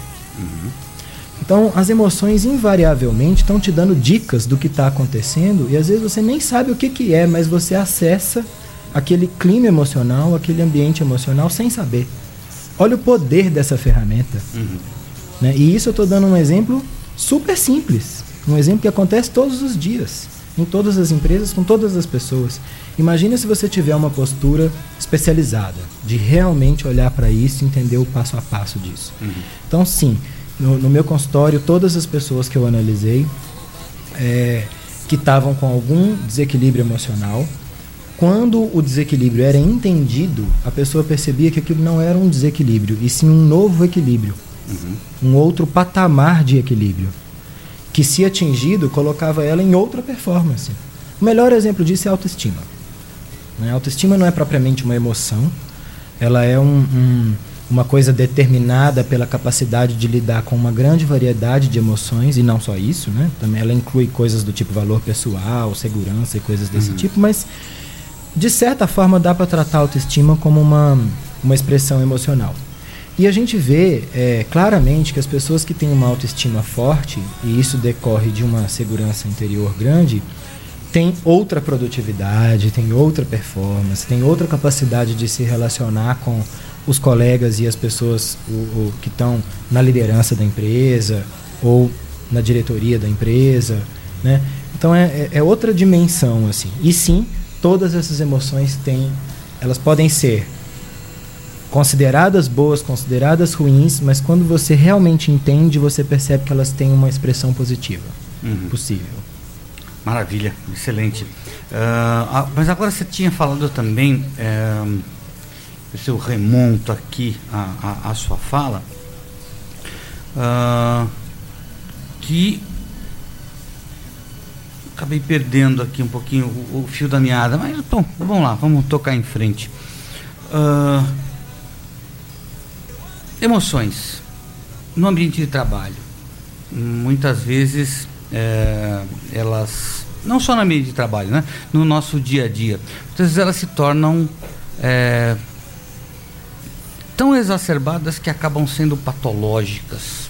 Então, as emoções invariavelmente estão te dando dicas do que está acontecendo, e às vezes você nem sabe o que é, mas você acessa aquele clima emocional, aquele ambiente emocional sem saber. Olha o poder dessa ferramenta. Né? E isso eu estou dando um exemplo super simples, um exemplo que acontece todos os dias, em todas as empresas, com todas as pessoas. Imagina se você tiver uma postura especializada, de realmente olhar para isso e entender o passo a passo disso. Então, sim, no meu consultório, todas as pessoas que eu analisei que estavam com algum desequilíbrio emocional, quando o desequilíbrio era entendido, a pessoa percebia que aquilo não era um desequilíbrio, e sim um novo equilíbrio, um outro patamar de equilíbrio, que, se atingido, colocava ela em outra performance. O melhor exemplo disso é a autoestima. A autoestima não é propriamente uma emoção, ela é uma coisa determinada pela capacidade de lidar com uma grande variedade de emoções, e não só isso, né? Também ela inclui coisas do tipo valor pessoal, segurança e coisas desse tipo, mas de certa forma dá para tratar a autoestima como uma expressão emocional. E a gente vê claramente que as pessoas que têm uma autoestima forte, e isso decorre de uma segurança interior grande, têm outra produtividade, têm outra performance, têm outra capacidade de se relacionar com os colegas e as pessoas que estão na liderança da empresa ou na diretoria da empresa, né? Então é outra dimensão, assim. E sim, todas essas emoções elas podem ser consideradas boas, consideradas ruins, mas quando você realmente entende, você percebe que elas têm uma expressão positiva possível. Maravilha, excelente. Mas agora você tinha falado também, se eu remonto aqui a sua fala, que acabei perdendo aqui um pouquinho o fio da meada, mas bom, vamos lá, vamos tocar em frente. Emoções no ambiente de trabalho, muitas vezes elas, não só no ambiente de trabalho, né, no nosso dia a dia, muitas vezes elas se tornam tão exacerbadas que acabam sendo patológicas.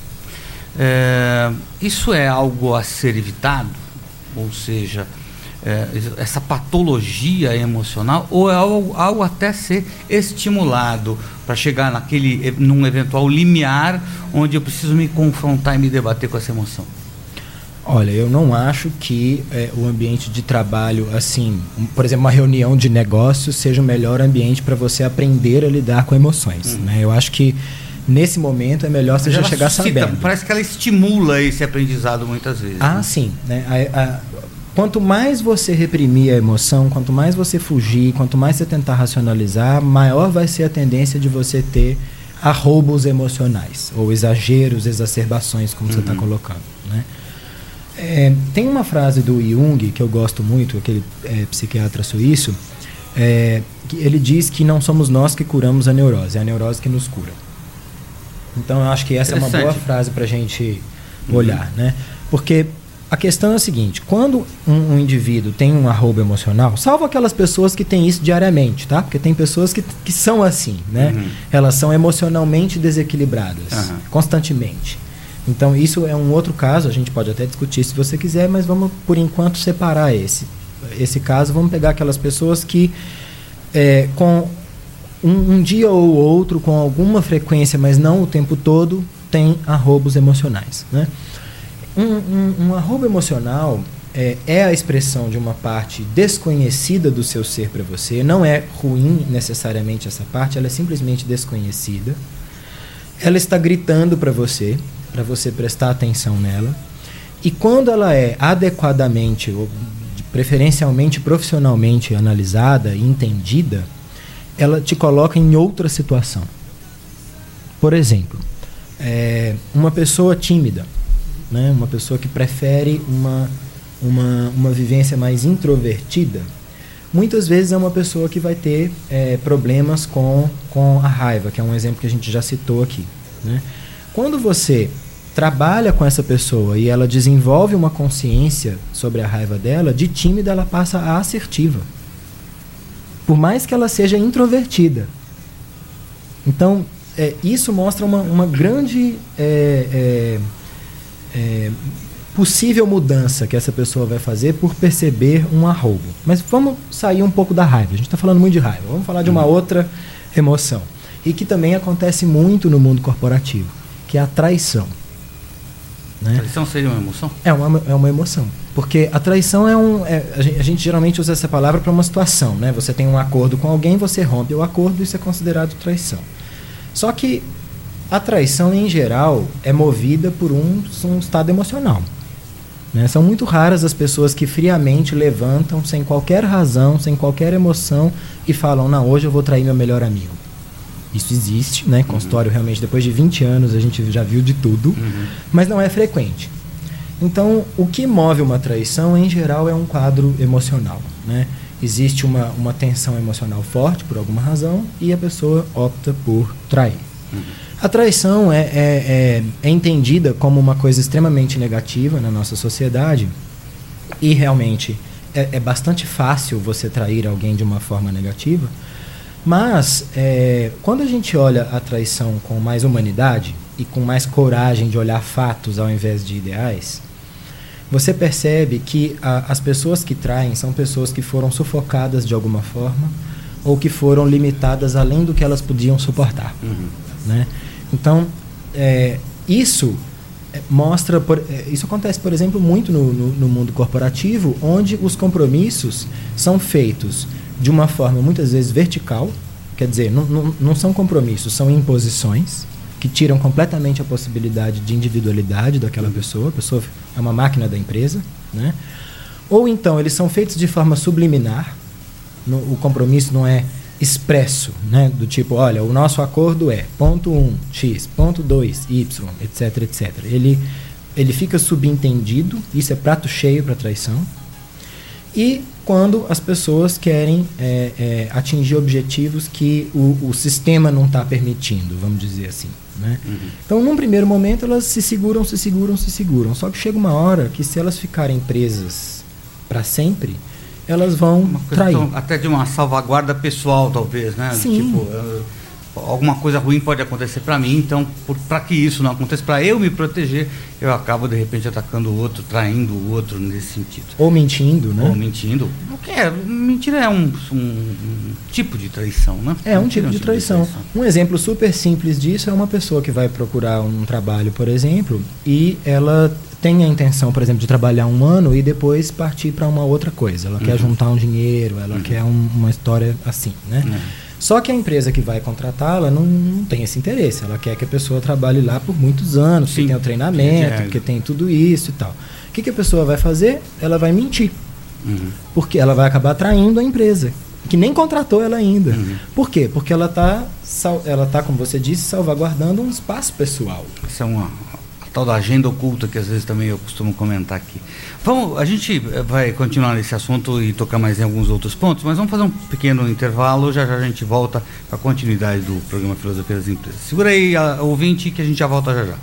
Isso é algo a ser evitado? Ou seja, essa patologia emocional, ou é algo até ser estimulado para chegar num eventual limiar onde eu preciso me confrontar e me debater com essa emoção? Olha, eu não acho que o ambiente de trabalho, assim, por exemplo, uma reunião de negócios seja o melhor ambiente para você aprender a lidar com emoções, né? Eu acho que nesse momento é melhor você já chegar sabendo. Parece que ela estimula esse aprendizado muitas vezes. Sim, né? Quanto mais você reprimir a emoção, quanto mais você fugir, quanto mais você tentar racionalizar, maior vai ser a tendência de você ter arroubos emocionais, ou exageros, exacerbações, como você está colocando, né? Tem uma frase do Jung que eu gosto muito, aquele psiquiatra suíço, que ele diz que não somos nós que curamos a neurose, é a neurose que nos cura. Então eu acho que essa é uma boa frase para a gente olhar, né? Porque a questão é a seguinte: quando um indivíduo tem um arrobo emocional, salvo aquelas pessoas que têm isso diariamente, tá? Porque tem pessoas que são assim, né? Elas são emocionalmente desequilibradas, constantemente. Então isso é um outro caso, a gente pode até discutir se você quiser, mas vamos por enquanto separar esse caso. Vamos pegar aquelas pessoas que com um dia ou outro, com alguma frequência, mas não o tempo todo, tem arrobos emocionais, né? Um arrobo emocional é a expressão de uma parte desconhecida do seu ser para você. Não é ruim necessariamente essa parte, ela é simplesmente desconhecida. Ela está gritando para você prestar atenção nela. E quando ela é adequadamente, ou preferencialmente profissionalmente analisada e entendida, ela te coloca em outra situação. Por exemplo, uma pessoa tímida, né? Uma pessoa que prefere uma vivência mais introvertida, muitas vezes é uma pessoa que vai ter problemas com a raiva, que é um exemplo que a gente já citou aqui, né? Quando você trabalha com essa pessoa e ela desenvolve uma consciência sobre a raiva dela, de tímida ela passa a assertiva, por mais que ela seja introvertida. Então, isso mostra uma grande possível mudança que essa pessoa vai fazer por perceber um arrobo. Mas vamos sair um pouco da raiva. A gente está falando muito de raiva. Vamos falar de uma outra emoção. E que também acontece muito no mundo corporativo, que é a traição. Né? Traição seria uma emoção? É uma emoção. Porque a traição a gente geralmente usa essa palavra para uma situação, né? Você tem um acordo com alguém, você rompe o acordo e isso é considerado traição. Só que a traição, em geral, é movida por um estado emocional. Né? São muito raras as pessoas que friamente levantam, sem qualquer razão, sem qualquer emoção, e falam, não, hoje eu vou trair meu melhor amigo. Isso existe, né? Consultório, realmente, depois de 20 anos, a gente já viu de tudo, mas não é frequente. Então, o que move uma traição, em geral, é um quadro emocional. Né? Existe uma tensão emocional forte, por alguma razão, e a pessoa opta por trair. A traição é entendida como uma coisa extremamente negativa na nossa sociedade, e realmente é bastante fácil você trair alguém de uma forma negativa, mas quando a gente olha a traição com mais humanidade e com mais coragem de olhar fatos ao invés de ideais, você percebe que as pessoas que traem são pessoas que foram sufocadas de alguma forma ou que foram limitadas além do que elas podiam suportar. Né? Então, isso mostra... isso acontece, por exemplo, muito no mundo corporativo, onde os compromissos são feitos de uma forma muitas vezes vertical, quer dizer, não são compromissos, são imposições que tiram completamente a possibilidade de individualidade daquela pessoa. A pessoa é uma máquina da empresa, né? Ou então eles são feitos de forma subliminar, o compromisso não é expresso, né? Do tipo, olha, o nosso acordo é ponto 1, X, ponto 2, Y, etc, etc. Ele fica subentendido, isso é prato cheio para traição. E quando as pessoas querem atingir objetivos que o sistema não está permitindo, vamos dizer assim. Né? Então, num primeiro momento, elas se seguram. Só que chega uma hora que, se elas ficarem presas para sempre, elas vão trair. Até de uma salvaguarda pessoal, talvez, né? Sim. Tipo, alguma coisa ruim pode acontecer para mim, então, para que isso não aconteça, para eu me proteger, eu acabo, de repente, atacando o outro, traindo o outro nesse sentido. Ou mentindo, né? Ou mentindo. Mentira é um tipo de traição, né? É um tipo de traição. Um exemplo super simples disso é uma pessoa que vai procurar um trabalho, por exemplo, e ela tem a intenção, por exemplo, de trabalhar 1 ano e depois partir para uma outra coisa. Ela quer juntar um dinheiro, ela quer uma história assim, né? Só que a empresa que vai contratá-la não tem esse interesse. Ela quer que a pessoa trabalhe lá por muitos anos, porque tem o treinamento, porque tem tudo isso e tal. O que a pessoa vai fazer? Ela vai mentir. Porque ela vai acabar traindo a empresa, que nem contratou ela ainda. Por quê? Porque ela tá, como você disse, salvaguardando um espaço pessoal. Isso é uma tal da agenda oculta, que às vezes também eu costumo comentar aqui. A gente vai continuar nesse assunto e tocar mais em alguns outros pontos, mas vamos fazer um pequeno intervalo, já já a gente volta com a continuidade do programa Filosofia das Empresas. Segura aí, ouvinte, que a gente já volta já já.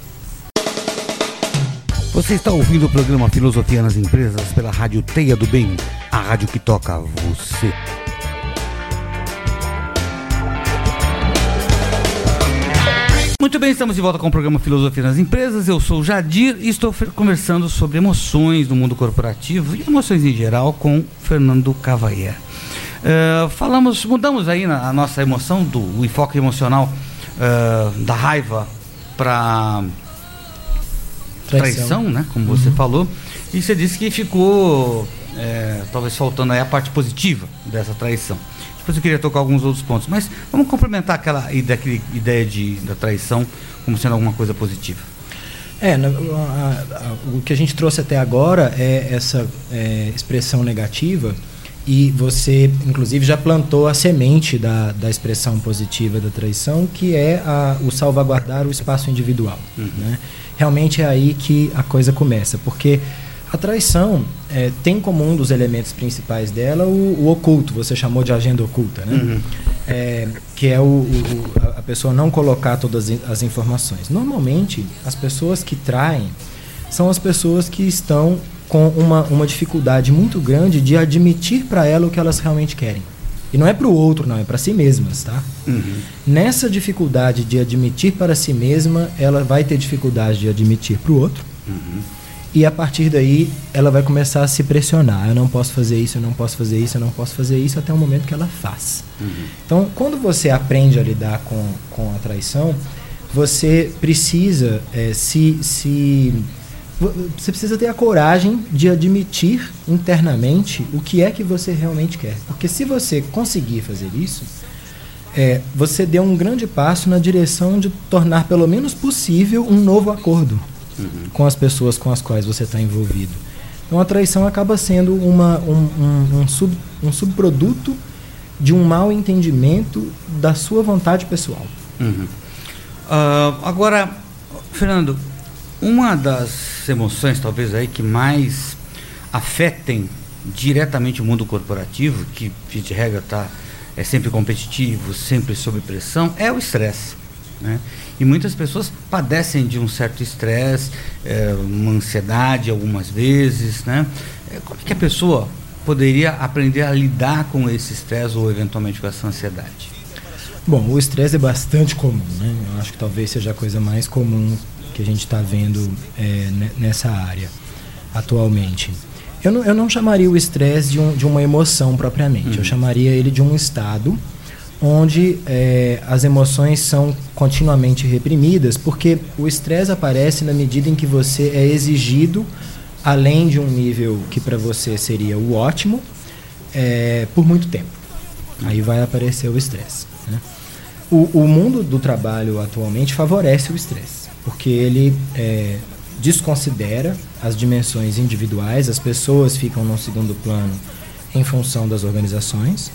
Você está ouvindo o programa Filosofia nas Empresas pela Rádio Teia do Bem, a rádio que toca você. Muito bem, estamos de volta com o programa Filosofia nas Empresas. Eu sou o Jadir e estou conversando sobre emoções no mundo corporativo e emoções em geral com Fernando Cavalier. Mudamos aí a nossa emoção do enfoque emocional da raiva para traição, né? Como você falou. E você disse que ficou talvez faltando aí a parte positiva dessa traição. Depois eu queria tocar alguns outros pontos, mas vamos complementar aquela ideia da traição como sendo alguma coisa positiva. O que a gente trouxe até agora é essa expressão negativa, e você inclusive já plantou a semente da expressão positiva da traição, que é o salvaguardar o espaço individual. Né? Realmente é aí que a coisa começa, porque a traição tem como um dos elementos principais dela o oculto, você chamou de agenda oculta, né? Que é a pessoa não colocar todas as informações. Normalmente, as pessoas que traem são as pessoas que estão com uma dificuldade muito grande de admitir para ela o que elas realmente querem. E não é para o outro, não, é para si mesmas, tá? Nessa dificuldade de admitir para si mesma, ela vai ter dificuldade de admitir para o outro. E a partir daí ela vai começar a se pressionar. Eu não posso fazer isso, eu não posso fazer isso, eu não posso fazer isso, até o momento que ela faz. Então, quando você aprende a lidar com a traição, você precisa você precisa ter a coragem de admitir internamente o que é que você realmente quer. Porque se você conseguir fazer isso, você deu um grande passo na direção de tornar pelo menos possível um novo acordo com as pessoas com as quais você está envolvido. Então a traição acaba sendo um subproduto de um mau entendimento da sua vontade pessoal. Agora, Fernando, uma das emoções talvez aí que mais afetem diretamente o mundo corporativo, que de regra é sempre competitivo, sempre sob pressão, é o estresse, né? E muitas pessoas padecem de um certo estresse, uma ansiedade algumas vezes, né? Como é que a pessoa poderia aprender a lidar com esse estresse ou eventualmente com essa ansiedade? Bom, o estresse é bastante comum, né? Eu acho que talvez seja a coisa mais comum que a gente está vendo nessa área atualmente. Eu não chamaria o estresse de uma emoção propriamente, eu chamaria ele de um estado onde as emoções são continuamente reprimidas, porque o estresse aparece na medida em que você é exigido, além de um nível que para você seria o ótimo, por muito tempo. Aí vai aparecer o estresse, né? O mundo do trabalho atualmente favorece o estresse, porque ele desconsidera as dimensões individuais, as pessoas ficam no segundo plano em função das organizações,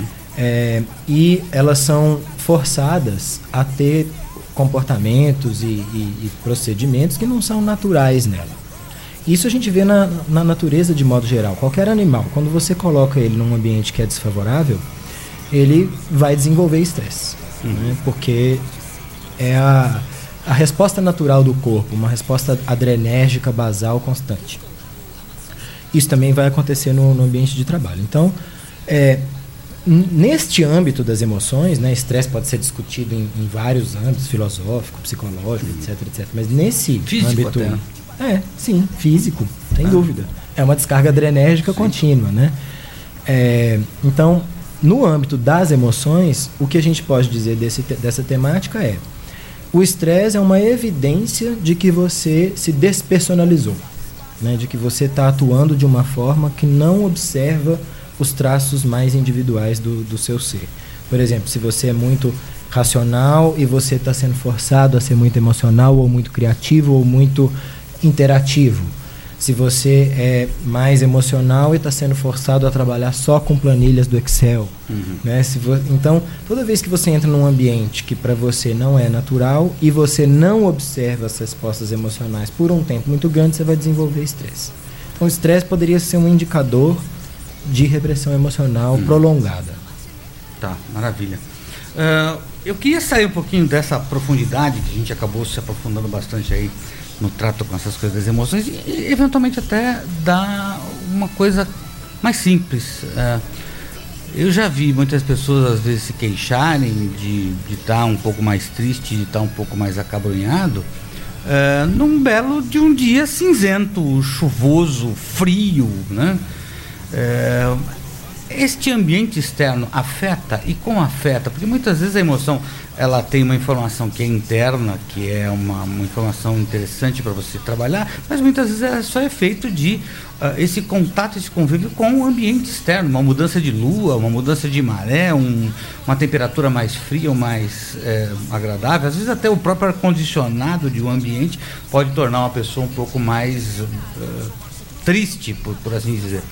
e elas são forçadas a ter comportamentos e procedimentos que não são naturais nela. Isso a gente vê na natureza de modo geral. Qualquer animal, quando você coloca ele num ambiente que é desfavorável, ele vai desenvolver estresse, né? Porque é a resposta natural do corpo, uma resposta adrenérgica basal constante. Isso também vai acontecer no ambiente de trabalho. Então, neste âmbito das emoções, né, estresse pode ser discutido em vários âmbitos, filosófico, psicológico, etc. Mas nesse físico âmbito... até. Sim, físico, sem dúvida. É uma descarga adrenérgica contínua, né? Então, no âmbito das emoções, o que a gente pode dizer dessa temática é: o estresse é uma evidência de que você se despersonalizou, né? De que você está atuando de uma forma que não observa os traços mais individuais do seu ser. Por exemplo, se você é muito racional e você está sendo forçado a ser muito emocional ou muito criativo ou muito interativo. Se você é mais emocional e está sendo forçado a trabalhar só com planilhas do Excel. Né? Então, toda vez que você entra num ambiente que para você não é natural e você não observa as respostas emocionais por um tempo muito grande, você vai desenvolver estresse. Então, o estresse poderia ser um indicador de repressão emocional prolongada. Tá, maravilha. Eu queria sair um pouquinho dessa profundidade, que a gente acabou se aprofundando bastante aí no trato com essas coisas das emoções, e eventualmente até dar uma coisa mais simples. Eu já vi muitas pessoas às vezes se queixarem de estar um pouco mais triste, de estar um pouco mais acabrunhado, num belo de um dia cinzento, chuvoso, frio, né? Este ambiente externo afeta, e como afeta? Porque muitas vezes a emoção, ela tem uma informação que é interna, que é uma informação interessante para você trabalhar, mas muitas vezes é só efeito de esse contato, esse convívio com o ambiente externo, uma mudança de lua, uma mudança de maré, uma temperatura mais fria ou mais agradável. Às vezes até o próprio ar-condicionado de um ambiente pode tornar uma pessoa um pouco mais triste, por assim dizer.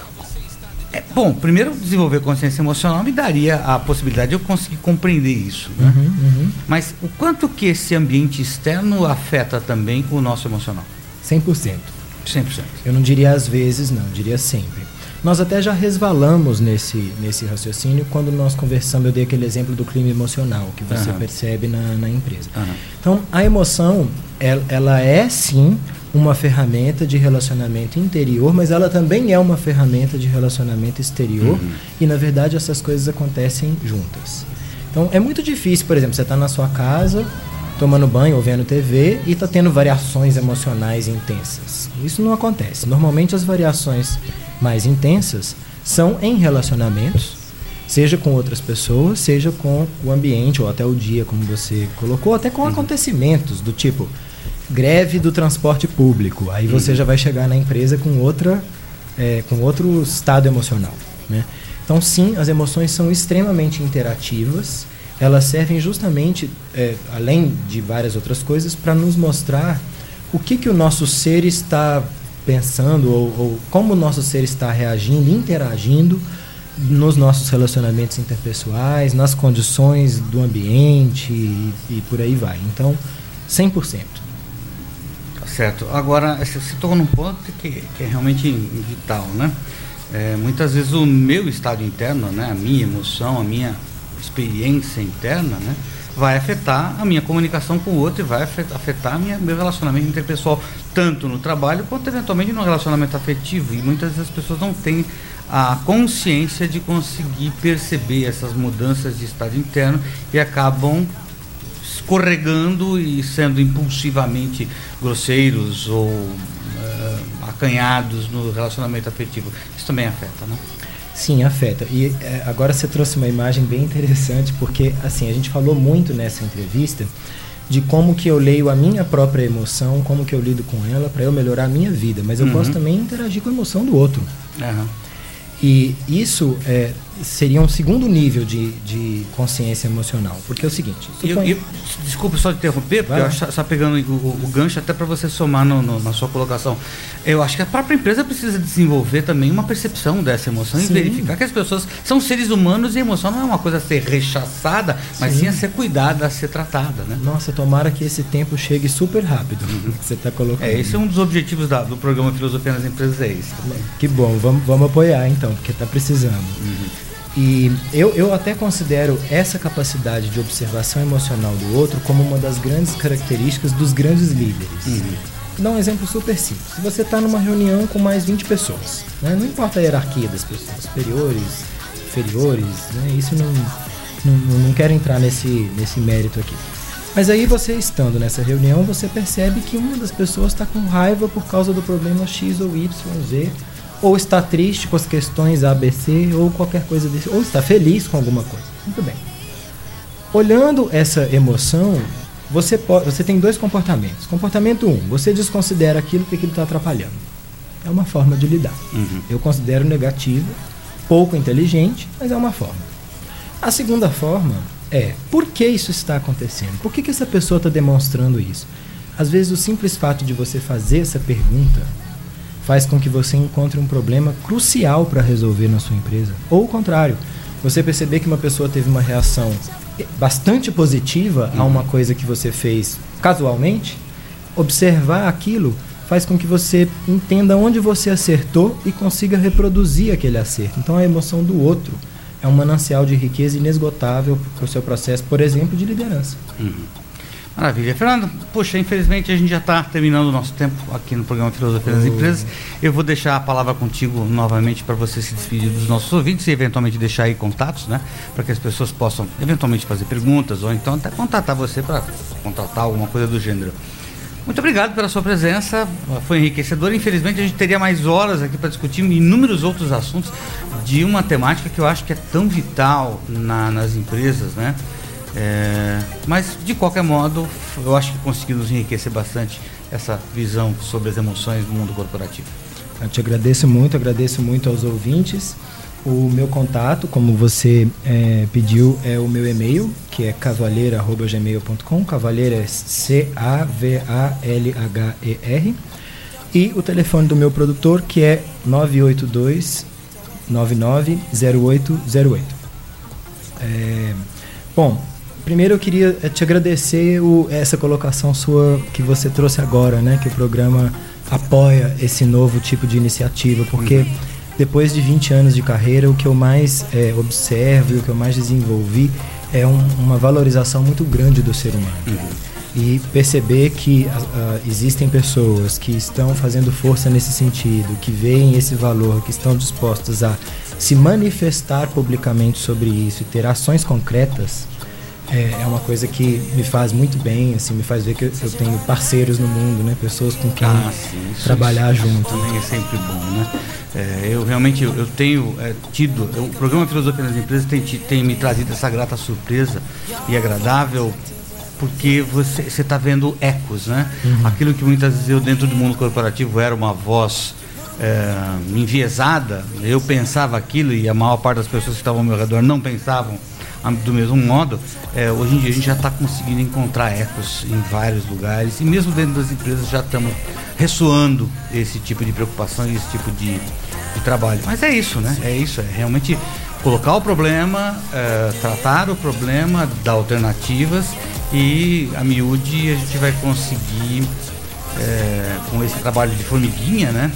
Bom, primeiro desenvolver consciência emocional me daria a possibilidade de eu conseguir compreender isso, né? Mas o quanto que esse ambiente externo afeta também o nosso emocional? 100%. 100%. Eu não diria às vezes, não, eu diria sempre. Nós até já resvalamos nesse raciocínio quando nós conversamos, eu dei aquele exemplo do clima emocional que você percebe na empresa. Então, a emoção, ela é sim uma ferramenta de relacionamento interior, mas ela também é uma ferramenta de relacionamento exterior, e na verdade essas coisas acontecem juntas. Então é muito difícil, por exemplo, você está na sua casa tomando banho ou vendo TV e está tendo variações emocionais intensas. Isso não acontece. Normalmente as variações mais intensas são em relacionamentos, seja com outras pessoas, seja com o ambiente ou até o dia, como você colocou, até com acontecimentos do tipo greve do transporte público. Aí você já vai chegar na empresa com outro estado emocional, né? Então sim, as emoções são extremamente interativas. Elas servem justamente, além de várias outras coisas, para nos mostrar o que o nosso ser está pensando ou como o nosso ser está reagindo, interagindo nos nossos relacionamentos interpessoais, nas condições do ambiente e por aí vai. Então, 100%. Certo. Agora, você tocou num ponto que é realmente vital, né? Muitas vezes o meu estado interno, né, a minha emoção, a minha experiência interna, né, vai afetar a minha comunicação com o outro e vai afetar meu relacionamento interpessoal, tanto no trabalho quanto eventualmente no relacionamento afetivo. E muitas vezes as pessoas não têm a consciência de conseguir perceber essas mudanças de estado interno e acabam escorregando e sendo impulsivamente grosseiros ou acanhados no relacionamento afetivo. Isso também afeta, né? Sim, afeta. E agora você trouxe uma imagem bem interessante, porque assim, a gente falou muito nessa entrevista de como que eu leio a minha própria emoção, como que eu lido com ela para eu melhorar a minha vida, mas eu posso também interagir com a emoção do outro. E isso seria um segundo nível de consciência emocional. Porque é o seguinte... Desculpa só te interromper, porque eu acho que só pegando o gancho até para você somar na sua colocação. Eu acho que a própria empresa precisa desenvolver também uma percepção dessa emoção. Sim. E verificar que as pessoas são seres humanos e a emoção não é uma coisa a ser rechaçada, mas sim a ser cuidada, a ser tratada, né? Nossa, tomara que esse tempo chegue super rápido, que você está colocando. Esse é um dos objetivos do programa Filosofia nas Empresas, esse também. Que bom, vamos apoiar então, porque está precisando. E eu até considero essa capacidade de observação emocional do outro como uma das grandes características dos grandes líderes. Vou dar um exemplo super simples. Se você está numa reunião com mais 20 pessoas, né? Não importa a hierarquia das pessoas, superiores, inferiores, né? Isso não quero entrar nesse mérito aqui. Mas aí você estando nessa reunião, você percebe que uma das pessoas está com raiva por causa do problema X ou Y, Z, ou está triste com as questões ABC, ou qualquer coisa desse, ou está feliz com alguma coisa. Muito bem. Olhando essa emoção, você tem dois comportamentos. Comportamento 1, você desconsidera aquilo porque aquilo está atrapalhando. É uma forma de lidar. Eu considero negativo, pouco inteligente, mas é uma forma. A segunda forma é, por que isso está acontecendo? Por que essa pessoa está demonstrando isso? Às vezes o simples fato de você fazer essa pergunta faz com que você encontre um problema crucial para resolver na sua empresa. Ou o contrário, você perceber que uma pessoa teve uma reação bastante positiva a uma coisa que você fez casualmente, observar aquilo faz com que você entenda onde você acertou e consiga reproduzir aquele acerto. Então a emoção do outro é um manancial de riqueza inesgotável para o seu processo, por exemplo, de liderança. Maravilha. Fernando, poxa, infelizmente a gente já está terminando o nosso tempo aqui no programa Filosofia das Empresas. Eu vou deixar a palavra contigo novamente para você se despedir dos nossos ouvintes e eventualmente deixar aí contatos, né? Para que as pessoas possam eventualmente fazer perguntas ou então até contatar você para contratar alguma coisa do gênero. Muito obrigado pela sua presença, foi enriquecedor. Infelizmente a gente teria mais horas aqui para discutir inúmeros outros assuntos de uma temática que eu acho que é tão vital nas empresas, né? Mas de qualquer modo eu acho que conseguimos enriquecer bastante essa visão sobre as emoções do mundo corporativo. Eu te agradeço muito aos ouvintes. O meu contato, como você pediu, é o meu e-mail, que é cavalheira@gmail.com. Cavalheira é CAVALHER. E o telefone do meu produtor, que é 982-990808. Bom, primeiro eu queria te agradecer essa colocação sua que você trouxe agora, né? Que o programa apoia esse novo tipo de iniciativa, porque depois de 20 anos de carreira, o que eu mais observo e o que eu mais desenvolvi é uma valorização muito grande do ser humano. E perceber que existem pessoas que estão fazendo força nesse sentido, que veem esse valor, que estão dispostas a se manifestar publicamente sobre isso e ter ações concretas, é uma coisa que me faz muito bem, assim, me faz ver que eu tenho parceiros no mundo, né? Pessoas com quem trabalhar junto. Também é sempre bom, né? Eu realmente tenho tido, o programa Filosofia nas Empresas tem me trazido essa grata surpresa e agradável, porque você está vendo ecos, né? Aquilo que muitas vezes eu dentro do mundo corporativo era uma voz enviesada, eu pensava aquilo e a maior parte das pessoas que estavam ao meu redor não pensavam do mesmo modo. Hoje em dia a gente já está conseguindo encontrar ecos em vários lugares e mesmo dentro das empresas já estamos ressoando esse tipo de preocupação e esse tipo de trabalho. Mas é isso, né? É realmente colocar o problema, tratar o problema, dar alternativas e a miúde a gente vai conseguir com esse trabalho de formiguinha, né?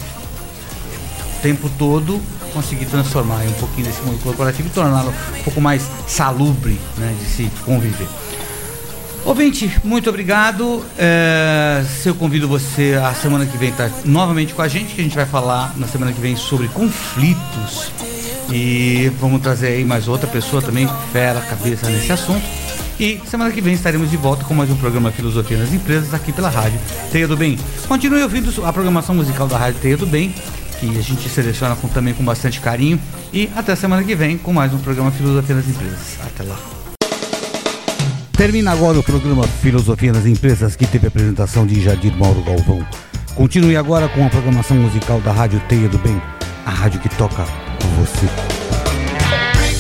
O tempo todo conseguir transformar um pouquinho desse mundo corporativo e torná-lo um pouco mais salubre, né, de se conviver. Ouvinte, muito obrigado. Eu convido você a semana que vem estar novamente com a gente, que a gente vai falar na semana que vem sobre conflitos e vamos trazer aí mais outra pessoa também fera cabeça nesse assunto. E semana que vem estaremos de volta com mais um programa Filosofia nas Empresas aqui pela Rádio Teia do Bem. Continue ouvindo a programação musical da Rádio Teia do Bem, que a gente seleciona também com bastante carinho. E até semana que vem com mais um programa Filosofia nas Empresas. Até lá. Termina agora o programa Filosofia nas Empresas, que teve a apresentação de Jadir Mauro Galvão. Continue agora com a programação musical da Rádio Teia do Bem, a rádio que toca com você.